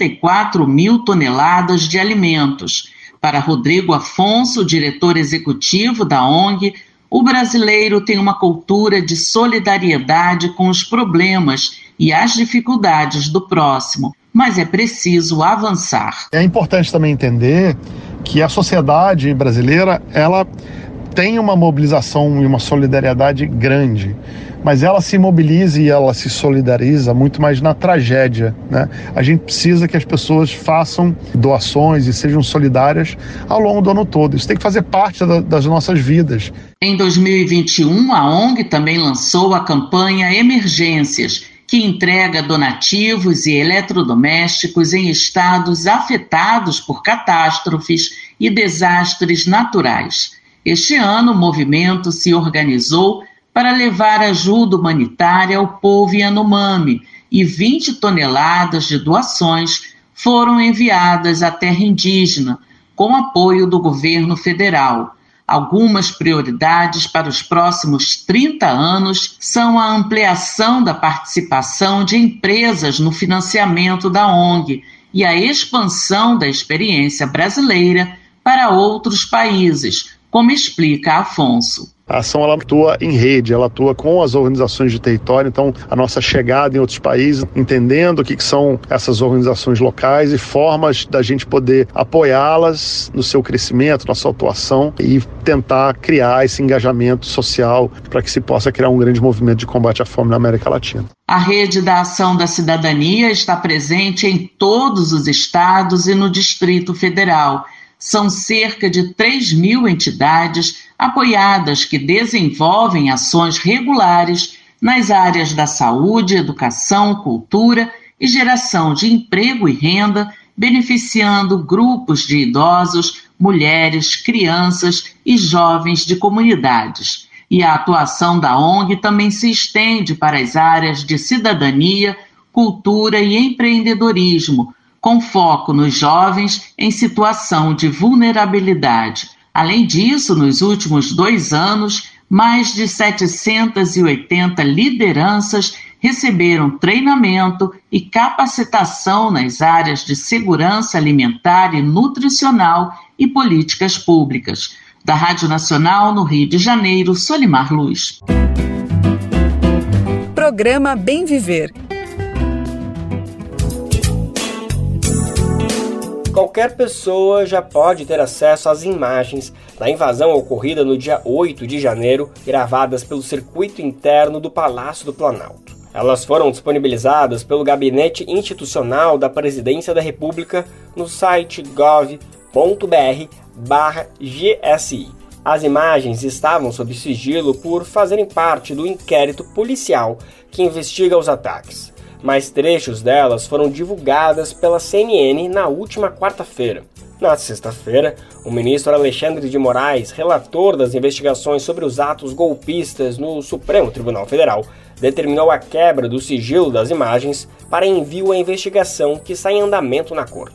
34 mil toneladas de alimentos. Para Rodrigo Afonso, diretor executivo da ONG, o brasileiro tem uma cultura de solidariedade com os problemas e as dificuldades do próximo, mas é preciso avançar. É importante também entender que a sociedade brasileira, ela tem uma mobilização e uma solidariedade grande, mas ela se mobiliza e ela se solidariza muito mais na tragédia, né? A gente precisa que as pessoas façam doações e sejam solidárias ao longo do ano todo. Isso tem que fazer parte das nossas vidas. Em 2021, a ONG também lançou a campanha Emergências, que entrega donativos e eletrodomésticos em estados afetados por catástrofes e desastres naturais. Este ano, o movimento se organizou para levar ajuda humanitária ao povo Yanomami e 20 toneladas de doações foram enviadas à terra indígena, com apoio do governo federal. Algumas prioridades para os próximos 30 anos são a ampliação da participação de empresas no financiamento da ONG e a expansão da experiência brasileira para outros países, como explica Afonso. A ação ela atua em rede, ela atua com as organizações de território, então a nossa chegada em outros países, entendendo o que são essas organizações locais e formas da gente poder apoiá-las no seu crescimento, na sua atuação e tentar criar esse engajamento social para que se possa criar um grande movimento de combate à fome na América Latina. A rede da Ação da Cidadania está presente em todos os estados e no Distrito Federal. São cerca de 3 mil entidades apoiadas que desenvolvem ações regulares nas áreas da saúde, educação, cultura e geração de emprego e renda, beneficiando grupos de idosos, mulheres, crianças e jovens de comunidades. E a atuação da ONG também se estende para as áreas de cidadania, cultura e empreendedorismo, com foco nos jovens em situação de vulnerabilidade. Além disso, nos últimos 2 anos, mais de 780 lideranças receberam treinamento e capacitação nas áreas de segurança alimentar e nutricional e políticas públicas. Da Rádio Nacional, no Rio de Janeiro, Solimar Luz. Programa Bem Viver. Qualquer pessoa já pode ter acesso às imagens da invasão ocorrida no dia 8 de janeiro, gravadas pelo circuito interno do Palácio do Planalto. Elas foram disponibilizadas pelo Gabinete Institucional da Presidência da República no site gov.br/GSI. As imagens estavam sob sigilo por fazerem parte do inquérito policial que investiga os ataques. Mas trechos delas foram divulgadas pela CNN na última quarta-feira. Na sexta-feira, o ministro Alexandre de Moraes, relator das investigações sobre os atos golpistas no Supremo Tribunal Federal, determinou a quebra do sigilo das imagens para envio à investigação que está em andamento na corte.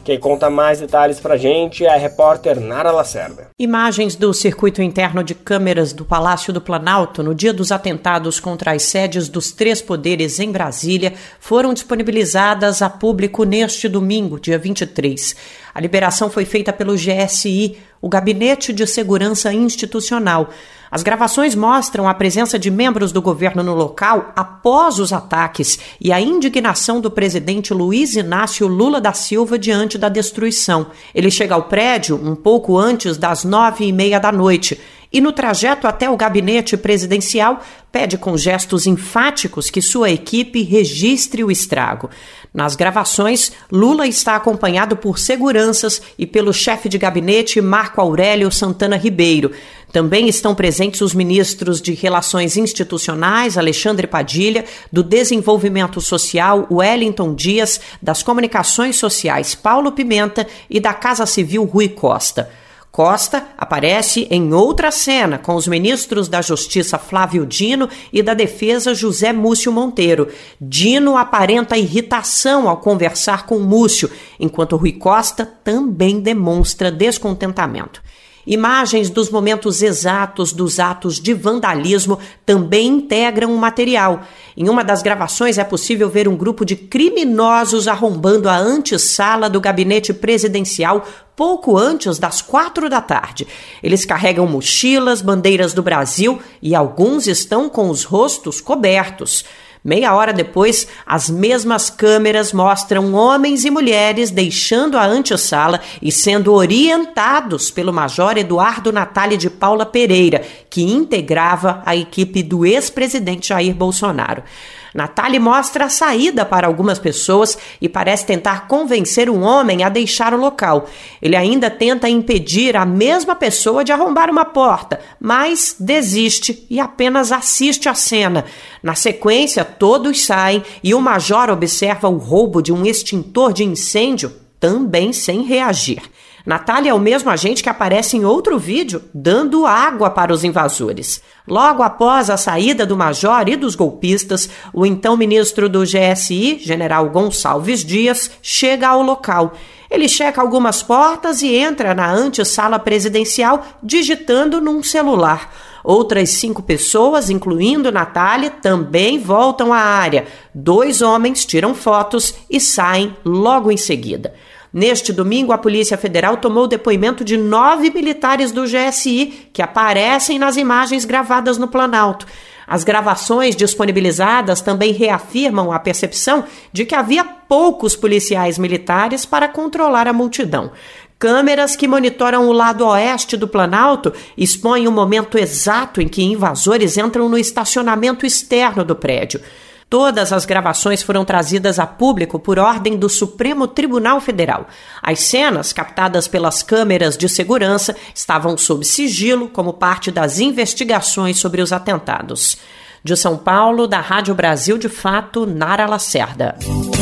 Quem conta mais detalhes pra gente é a repórter Nara Lacerda. Imagens do circuito interno de câmeras do Palácio do Planalto no dia dos atentados contra as sedes dos 3 poderes em Brasília foram disponibilizadas a público neste domingo, dia 23. A liberação foi feita pelo GSI, o Gabinete de Segurança Institucional. As gravações mostram a presença de membros do governo no local após os ataques e a indignação do presidente Luiz Inácio Lula da Silva diante da destruição. Ele chega ao prédio um pouco antes das 9h30 da noite e, no trajeto até o gabinete presidencial, pede com gestos enfáticos que sua equipe registre o estrago. Nas gravações, Lula está acompanhado por seguranças e pelo chefe de gabinete Marco Aurélio Santana Ribeiro. Também estão presentes os ministros de Relações Institucionais, Alexandre Padilha, do Desenvolvimento Social, Wellington Dias, das Comunicações Sociais, Paulo Pimenta e da Casa Civil, Rui Costa. Costa aparece em outra cena com os ministros da Justiça Flávio Dino e da Defesa José Múcio Monteiro. Dino aparenta irritação ao conversar com Múcio, enquanto Rui Costa também demonstra descontentamento. Imagens dos momentos exatos dos atos de vandalismo também integram o material. Em uma das gravações é possível ver um grupo de criminosos arrombando a antessala do gabinete presidencial pouco antes das 4 da tarde. Eles carregam mochilas, bandeiras do Brasil e alguns estão com os rostos cobertos. Meia hora depois, as mesmas câmeras mostram homens e mulheres deixando a antessala e sendo orientados pelo Major Eduardo Natali de Paula Pereira, que integrava a equipe do ex-presidente Jair Bolsonaro. Natali mostra a saída para algumas pessoas e parece tentar convencer um homem a deixar o local. Ele ainda tenta impedir a mesma pessoa de arrombar uma porta, mas desiste e apenas assiste a cena. Na sequência, todos saem e o major observa o roubo de um extintor de incêndio, também sem reagir. Natali é o mesmo agente que aparece em outro vídeo dando água para os invasores. Logo após a saída do major e dos golpistas, o então ministro do GSI, general Gonçalves Dias, chega ao local. Ele checa algumas portas e entra na antessala presidencial digitando num celular. Outras 5 pessoas, incluindo Natali, também voltam à área. 2 homens tiram fotos e saem logo em seguida. Neste domingo, a Polícia Federal tomou o depoimento de 9 militares do GSI, que aparecem nas imagens gravadas no Planalto. As gravações disponibilizadas também reafirmam a percepção de que havia poucos policiais militares para controlar a multidão. Câmeras que monitoram o lado oeste do Planalto expõem o momento exato em que invasores entram no estacionamento externo do prédio. Todas as gravações foram trazidas a público por ordem do Supremo Tribunal Federal. As cenas, captadas pelas câmeras de segurança, estavam sob sigilo como parte das investigações sobre os atentados. De São Paulo, da Rádio Brasil de Fato, Nara Lacerda.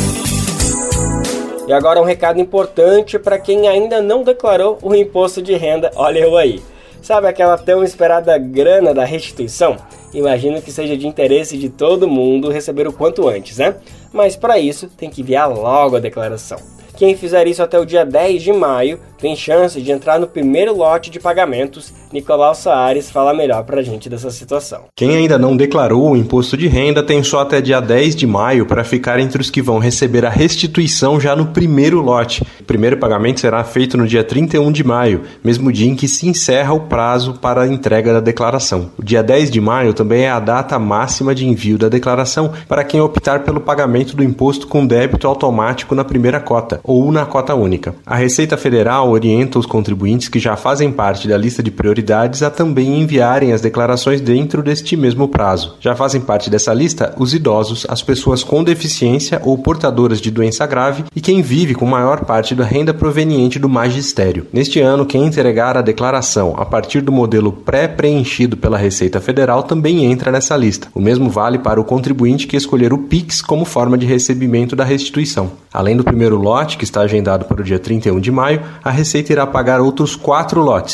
E agora um recado importante para quem ainda não declarou o imposto de renda. Olha eu aí. Sabe aquela tão esperada grana da restituição? Imagino que seja de interesse de todo mundo receber o quanto antes, né? Mas para isso tem que enviar logo a declaração. Quem fizer isso até o dia 10 de maio tem chance de entrar no primeiro lote de pagamentos. Nicolau Soares fala melhor pra gente dessa situação. Quem ainda não declarou o imposto de renda tem só até dia 10 de maio para ficar entre os que vão receber a restituição já no primeiro lote. O primeiro pagamento será feito no dia 31 de maio, mesmo dia em que se encerra o prazo para a entrega da declaração. O dia 10 de maio também é a data máxima de envio da declaração para quem optar pelo pagamento do imposto com débito automático na primeira cota ou na cota única. A Receita Federal orienta os contribuintes que já fazem parte da lista de prioridades a também enviarem as declarações dentro deste mesmo prazo. Já fazem parte dessa lista os idosos, as pessoas com deficiência ou portadoras de doença grave e quem vive com maior parte da renda proveniente do magistério. Neste ano, quem entregar a declaração a partir do modelo pré-preenchido pela Receita Federal também entra nessa lista. O mesmo vale para o contribuinte que escolher o Pix como forma de recebimento da restituição. Além do primeiro lote, que está agendado para o dia 31 de maio, a Receita irá pagar outros 4 lotes.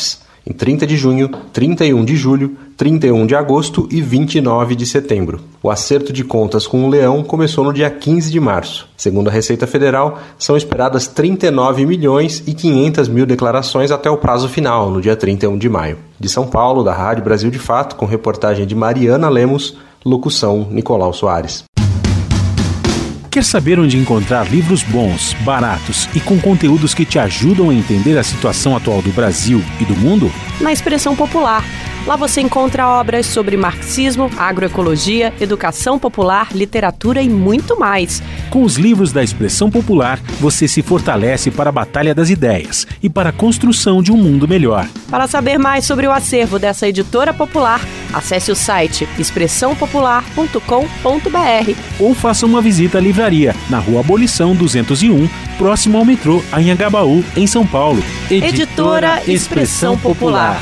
em 30 de junho, 31 de julho, 31 de agosto e 29 de setembro. O acerto de contas com o leão começou no dia 15 de março. Segundo a Receita Federal, são esperadas 39 milhões e 500 mil declarações até o prazo final, no dia 31 de maio. De São Paulo, da Rádio Brasil de Fato, com reportagem de Mariana Lemos, locução Nicolau Soares. Quer saber onde encontrar livros bons, baratos e com conteúdos que te ajudam a entender a situação atual do Brasil e do mundo? Na Expressão Popular. Lá você encontra obras sobre marxismo, agroecologia, educação popular, literatura e muito mais. Com os livros da Expressão Popular, você se fortalece para a batalha das ideias e para a construção de um mundo melhor. Para saber mais sobre o acervo dessa editora popular, acesse o site expressãopopular.com.br ou faça uma visita à livraria na Rua Abolição 201, próximo ao metrô Anhangabaú, em São Paulo. Editora Expressão Popular.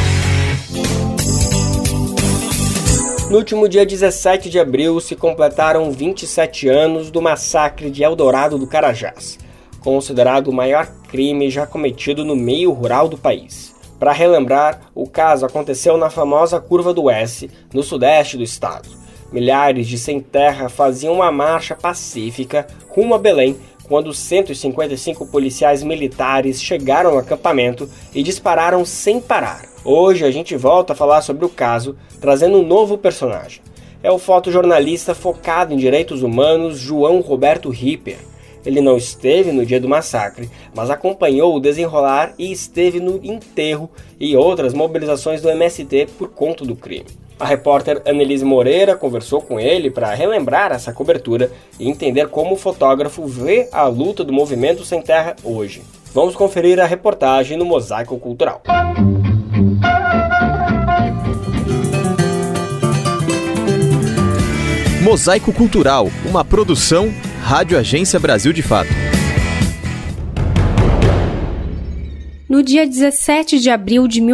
No último dia 17 de abril se completaram 27 anos do massacre de Eldorado do Carajás, considerado o maior crime já cometido no meio rural do país. Para relembrar, o caso aconteceu na famosa Curva do S, no sudeste do estado. Milhares de sem-terra faziam uma marcha pacífica rumo a Belém quando 155 policiais militares chegaram no acampamento e dispararam sem parar. Hoje a gente volta a falar sobre o caso, trazendo um novo personagem. É o fotojornalista focado em direitos humanos João Roberto Ripper. Ele não esteve no dia do massacre, mas acompanhou o desenrolar e esteve no enterro e outras mobilizações do MST por conta do crime. A repórter Annelise Moreira conversou com ele para relembrar essa cobertura e entender como o fotógrafo vê a luta do movimento sem terra hoje. Vamos conferir a reportagem no Mosaico Cultural. Mosaico Cultural, uma produção Rádio Agência Brasil de Fato. No dia 17 de abril de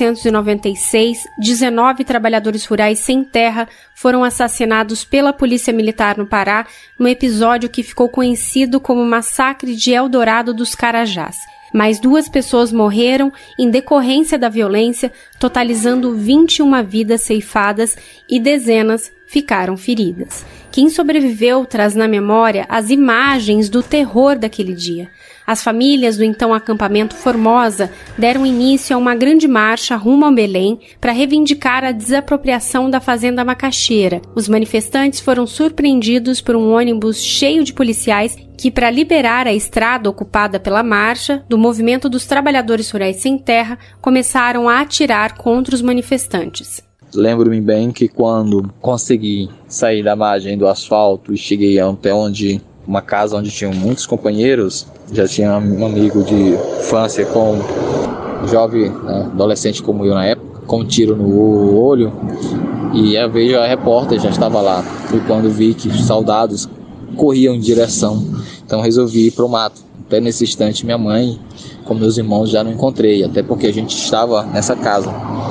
1996, 19 trabalhadores rurais sem terra foram assassinados pela Polícia Militar no Pará, num episódio que ficou conhecido como Massacre de Eldorado dos Carajás. Mais 2 pessoas morreram em decorrência da violência, totalizando 21 vidas ceifadas e dezenas ficaram feridas. Quem sobreviveu traz na memória as imagens do terror daquele dia. As famílias do então acampamento Formosa deram início a uma grande marcha rumo a Belém para reivindicar a desapropriação da fazenda macaxeira. Os manifestantes foram surpreendidos por um ônibus cheio de policiais que, para liberar a estrada ocupada pela marcha do movimento dos trabalhadores rurais sem terra, começaram a atirar contra os manifestantes. Lembro-me bem que quando consegui sair da margem do asfalto e cheguei até uma casa onde tinham muitos companheiros, já tinha um amigo de infância com um jovem, adolescente como eu na época, com um tiro no olho, e eu vejo a repórter já estava lá. Foi quando vi que os soldados corriam em direção, então resolvi ir para o mato. Até nesse instante minha mãe, com meus irmãos, já não encontrei, até porque a gente estava nessa casa.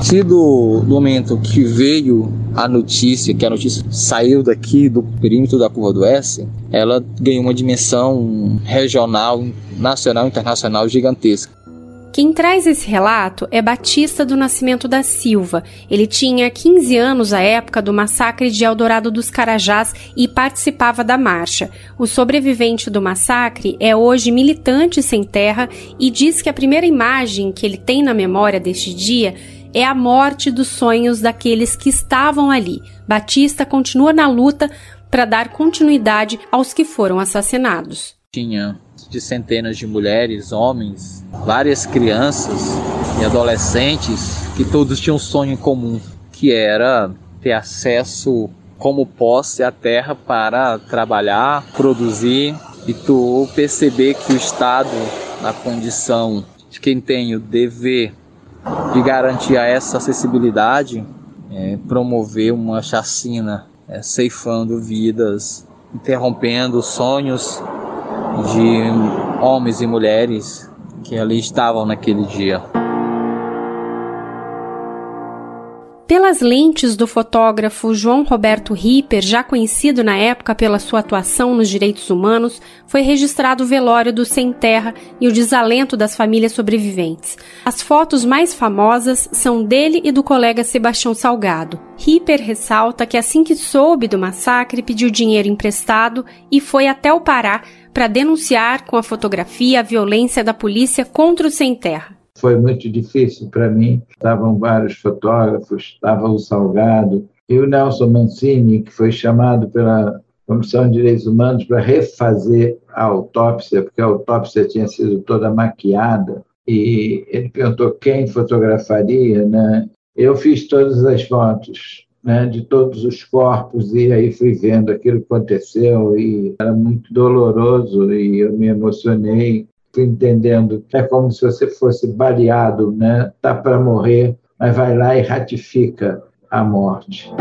Do momento que veio a notícia, que a notícia saiu daqui do perímetro da Curva do S, ela ganhou uma dimensão regional, nacional e internacional gigantesca. Quem traz esse relato é Batista do Nascimento da Silva. Ele tinha 15 anos à época do massacre de Eldorado dos Carajás e participava da marcha. O sobrevivente do massacre é hoje militante sem terra e diz que a primeira imagem que ele tem na memória deste dia é a morte dos sonhos daqueles que estavam ali. Batista continua na luta para dar continuidade aos que foram assassinados. Tinha de centenas de mulheres, homens, várias crianças e adolescentes que todos tinham um sonho em comum, que era ter acesso como posse à terra para trabalhar, produzir, e tu perceber que o Estado, na condição de quem tem o dever de garantir essa acessibilidade, promover uma chacina, ceifando vidas, interrompendo sonhos de homens e mulheres que ali estavam naquele dia. Pelas lentes do fotógrafo João Roberto Ripper, já conhecido na época pela sua atuação nos direitos humanos, foi registrado o velório do sem terra e o desalento das famílias sobreviventes. As fotos mais famosas são dele e do colega Sebastião Salgado. Ripper ressalta que assim que soube do massacre, pediu dinheiro emprestado e foi até o Pará para denunciar com a fotografia a violência da polícia contra o sem terra. Foi muito difícil para mim. Estavam vários fotógrafos, estava o Salgado e o Nelson Mancini, que foi chamado pela Comissão de Direitos Humanos para refazer a autópsia, porque a autópsia tinha sido toda maquiada, e ele perguntou quem fotografaria, né? Eu fiz todas as fotos, né, de todos os corpos, e aí fui vendo aquilo que aconteceu, e era muito doloroso, e eu me emocionei. Fui entendendo que é como se você fosse baleado, né? Tá para morrer, mas vai lá e ratifica a morte.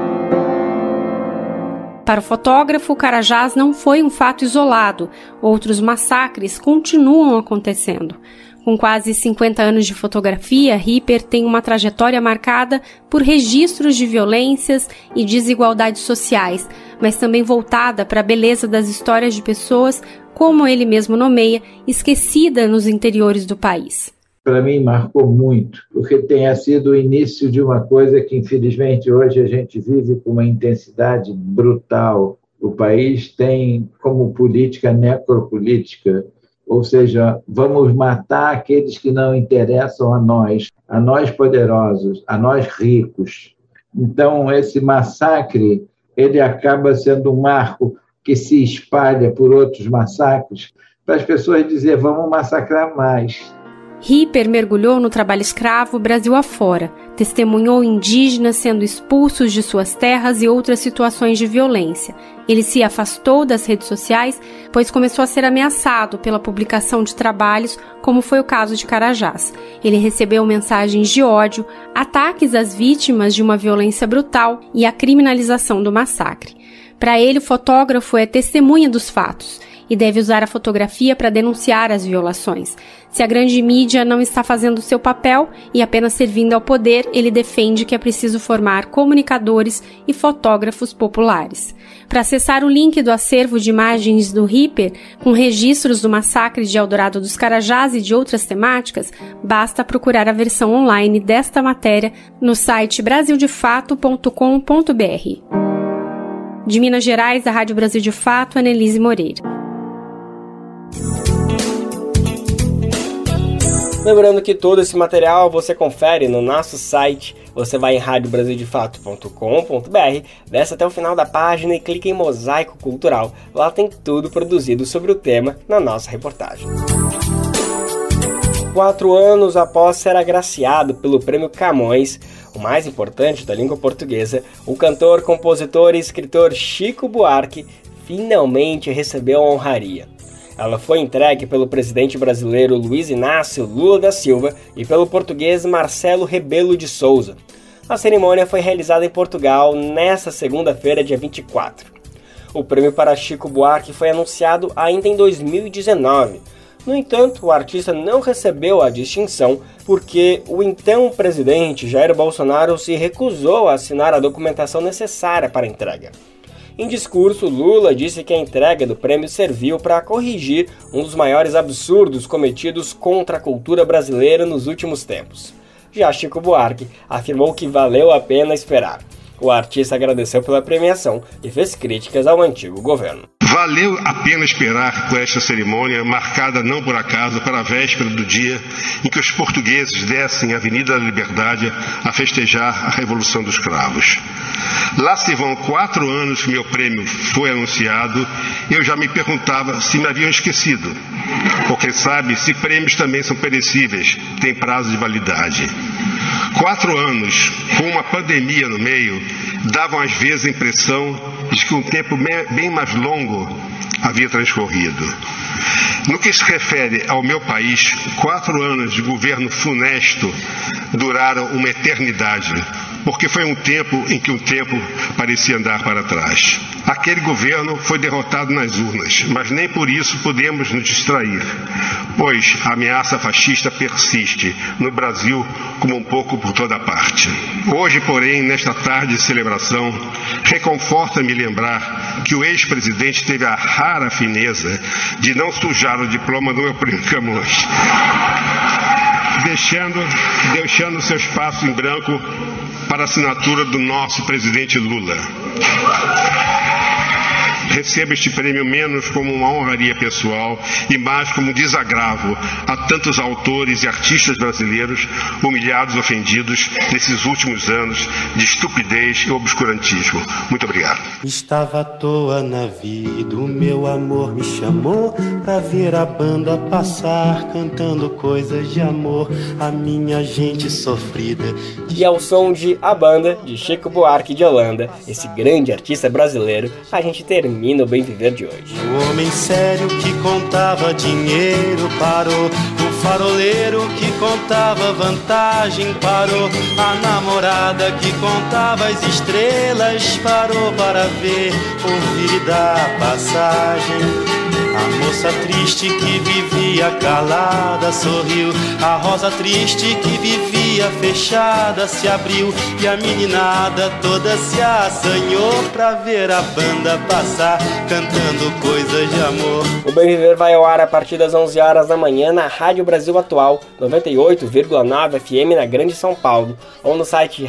Para o fotógrafo, o Carajás não foi um fato isolado. Outros massacres continuam acontecendo. Com quase 50 anos de fotografia, Ripper tem uma trajetória marcada por registros de violências e desigualdades sociais, mas também voltada para a beleza das histórias de pessoas, como ele mesmo nomeia, esquecida nos interiores do país. Para mim marcou muito, porque tenha sido o início de uma coisa que infelizmente hoje a gente vive com uma intensidade brutal. O país tem como política necropolítica, ou seja, vamos matar aqueles que não interessam a nós poderosos, a nós ricos. Então esse massacre, ele acaba sendo um marco que se espalha por outros massacres, para as pessoas dizer, vamos massacrar mais. Ripper mergulhou no trabalho escravo Brasil afora, testemunhou indígenas sendo expulsos de suas terras e outras situações de violência. Ele se afastou das redes sociais, pois começou a ser ameaçado pela publicação de trabalhos, como foi o caso de Carajás. Ele recebeu mensagens de ódio, ataques às vítimas de uma violência brutal e a criminalização do massacre. Para ele, o fotógrafo é testemunha dos fatos e deve usar a fotografia para denunciar as violações. Se a grande mídia não está fazendo seu papel e apenas servindo ao poder, ele defende que é preciso formar comunicadores e fotógrafos populares. Para acessar o link do acervo de imagens do Ripper, com registros do massacre de Eldorado dos Carajás e de outras temáticas, basta procurar a versão online desta matéria no site brasildefato.com.br. De Minas Gerais, da Rádio Brasil de Fato, Annelise Moreira. Lembrando que todo esse material você confere no nosso site. Você vai em radiobrasildefato.com.br, desce até o final da página e clica em Mosaico Cultural. Lá tem tudo produzido sobre o tema na nossa reportagem. 4 anos após ser agraciado pelo Prêmio Camões, o mais importante da língua portuguesa, o cantor, compositor e escritor Chico Buarque finalmente recebeu a honraria. Ela foi entregue pelo presidente brasileiro Luiz Inácio Lula da Silva e pelo português Marcelo Rebelo de Souza. A cerimônia foi realizada em Portugal nesta segunda-feira, dia 24. O prêmio para Chico Buarque foi anunciado ainda em 2019. No entanto, o artista não recebeu a distinção porque o então presidente Jair Bolsonaro se recusou a assinar a documentação necessária para a entrega. Em discurso, Lula disse que a entrega do prêmio serviu para corrigir um dos maiores absurdos cometidos contra a cultura brasileira nos últimos tempos. Já Chico Buarque afirmou que valeu a pena esperar. O artista agradeceu pela premiação e fez críticas ao antigo governo. Valeu a pena esperar por esta cerimônia, marcada não por acaso para a véspera do dia em que os portugueses descem a Avenida da Liberdade a festejar a Revolução dos Cravos. Lá se vão 4 anos que meu prêmio foi anunciado, eu já me perguntava se me haviam esquecido. Porque sabe, se prêmios também são perecíveis, têm prazo de validade. 4 anos, com uma pandemia no meio, davam às vezes a impressão de que um tempo bem mais longo havia transcorrido. No que se refere ao meu país, 4 anos de governo funesto duraram uma eternidade, porque foi um tempo em que o tempo parecia andar para trás. Aquele governo foi derrotado nas urnas, mas nem por isso podemos nos distrair, pois a ameaça fascista persiste no Brasil como um pouco por toda parte. Hoje, porém, nesta tarde de celebração, reconforta-me lembrar que o ex-presidente teve a rara fineza de não sujar o diploma do meu primo Camões, deixando seu espaço em branco para a assinatura do nosso presidente Lula. Recebo este prêmio menos como uma honraria pessoal e mais como um desagravo a tantos autores e artistas brasileiros humilhados e ofendidos nesses últimos anos de estupidez e obscurantismo. Muito obrigado. Estava à toa na vida, o meu amor me chamou pra ver a banda passar, cantando coisas de amor, a minha gente sofrida. E ao som de A Banda, de Chico Buarque de Holanda, esse grande artista brasileiro, a gente termina o Bem Viver de hoje. O homem sério que contava dinheiro parou, o faroleiro que contava vantagem parou, a namorada que contava as estrelas parou para ver, ouvir e dar passagem. A moça triste que vivia calada sorriu, a rosa triste que vivia fechada se abriu, e a meninada toda se assanhou pra ver a banda passar, cantando coisas de amor. O Bem Viver vai ao ar a partir das 11 horas da manhã na Rádio Brasil Atual, 98,9 FM na Grande São Paulo, ou no site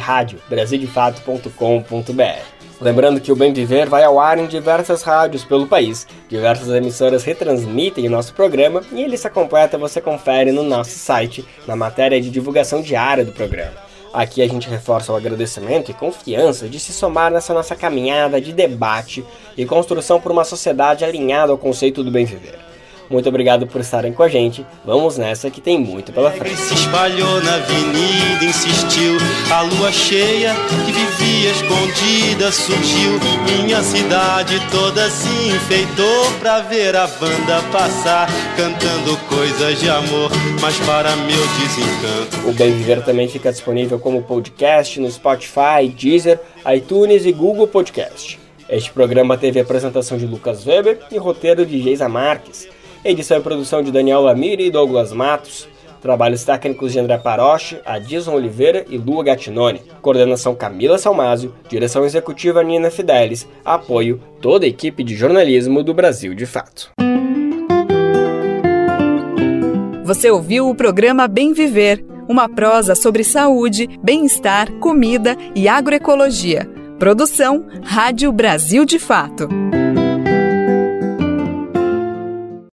radiobrasildefato.com.br. Lembrando que o Bem Viver vai ao ar em diversas rádios pelo país. Diversas emissoras retransmitem o nosso programa e a lista completa você confere no nosso site, na matéria de divulgação diária do programa. Aqui a gente reforça o agradecimento e confiança de se somar nessa nossa caminhada de debate e construção por uma sociedade alinhada ao conceito do bem viver. Muito obrigado por estarem com a gente. Vamos nessa que tem muito pela frente. Se espalhou na avenida, insistiu. A lua cheia que vivia escondida surgiu. Minha cidade toda se enfeitou pra ver a banda passar, cantando coisas de amor, mas para meu desencanto. O Bem Viver também fica disponível como podcast no Spotify, Deezer, iTunes e Google Podcast. Este programa teve a apresentação de Lucas Weber e roteiro de Geisa Marques. Edição e produção de Daniel Lamir e Douglas Matos. Trabalhos técnicos de André Paroche, Adilson Oliveira e Lua Gattinoni. Coordenação Camila Salmásio. Direção executiva Nina Fidelis. Apoio toda a equipe de jornalismo do Brasil de Fato. Você ouviu o programa Bem Viver, uma prosa sobre saúde, bem-estar, comida e agroecologia. Produção Rádio Brasil de Fato.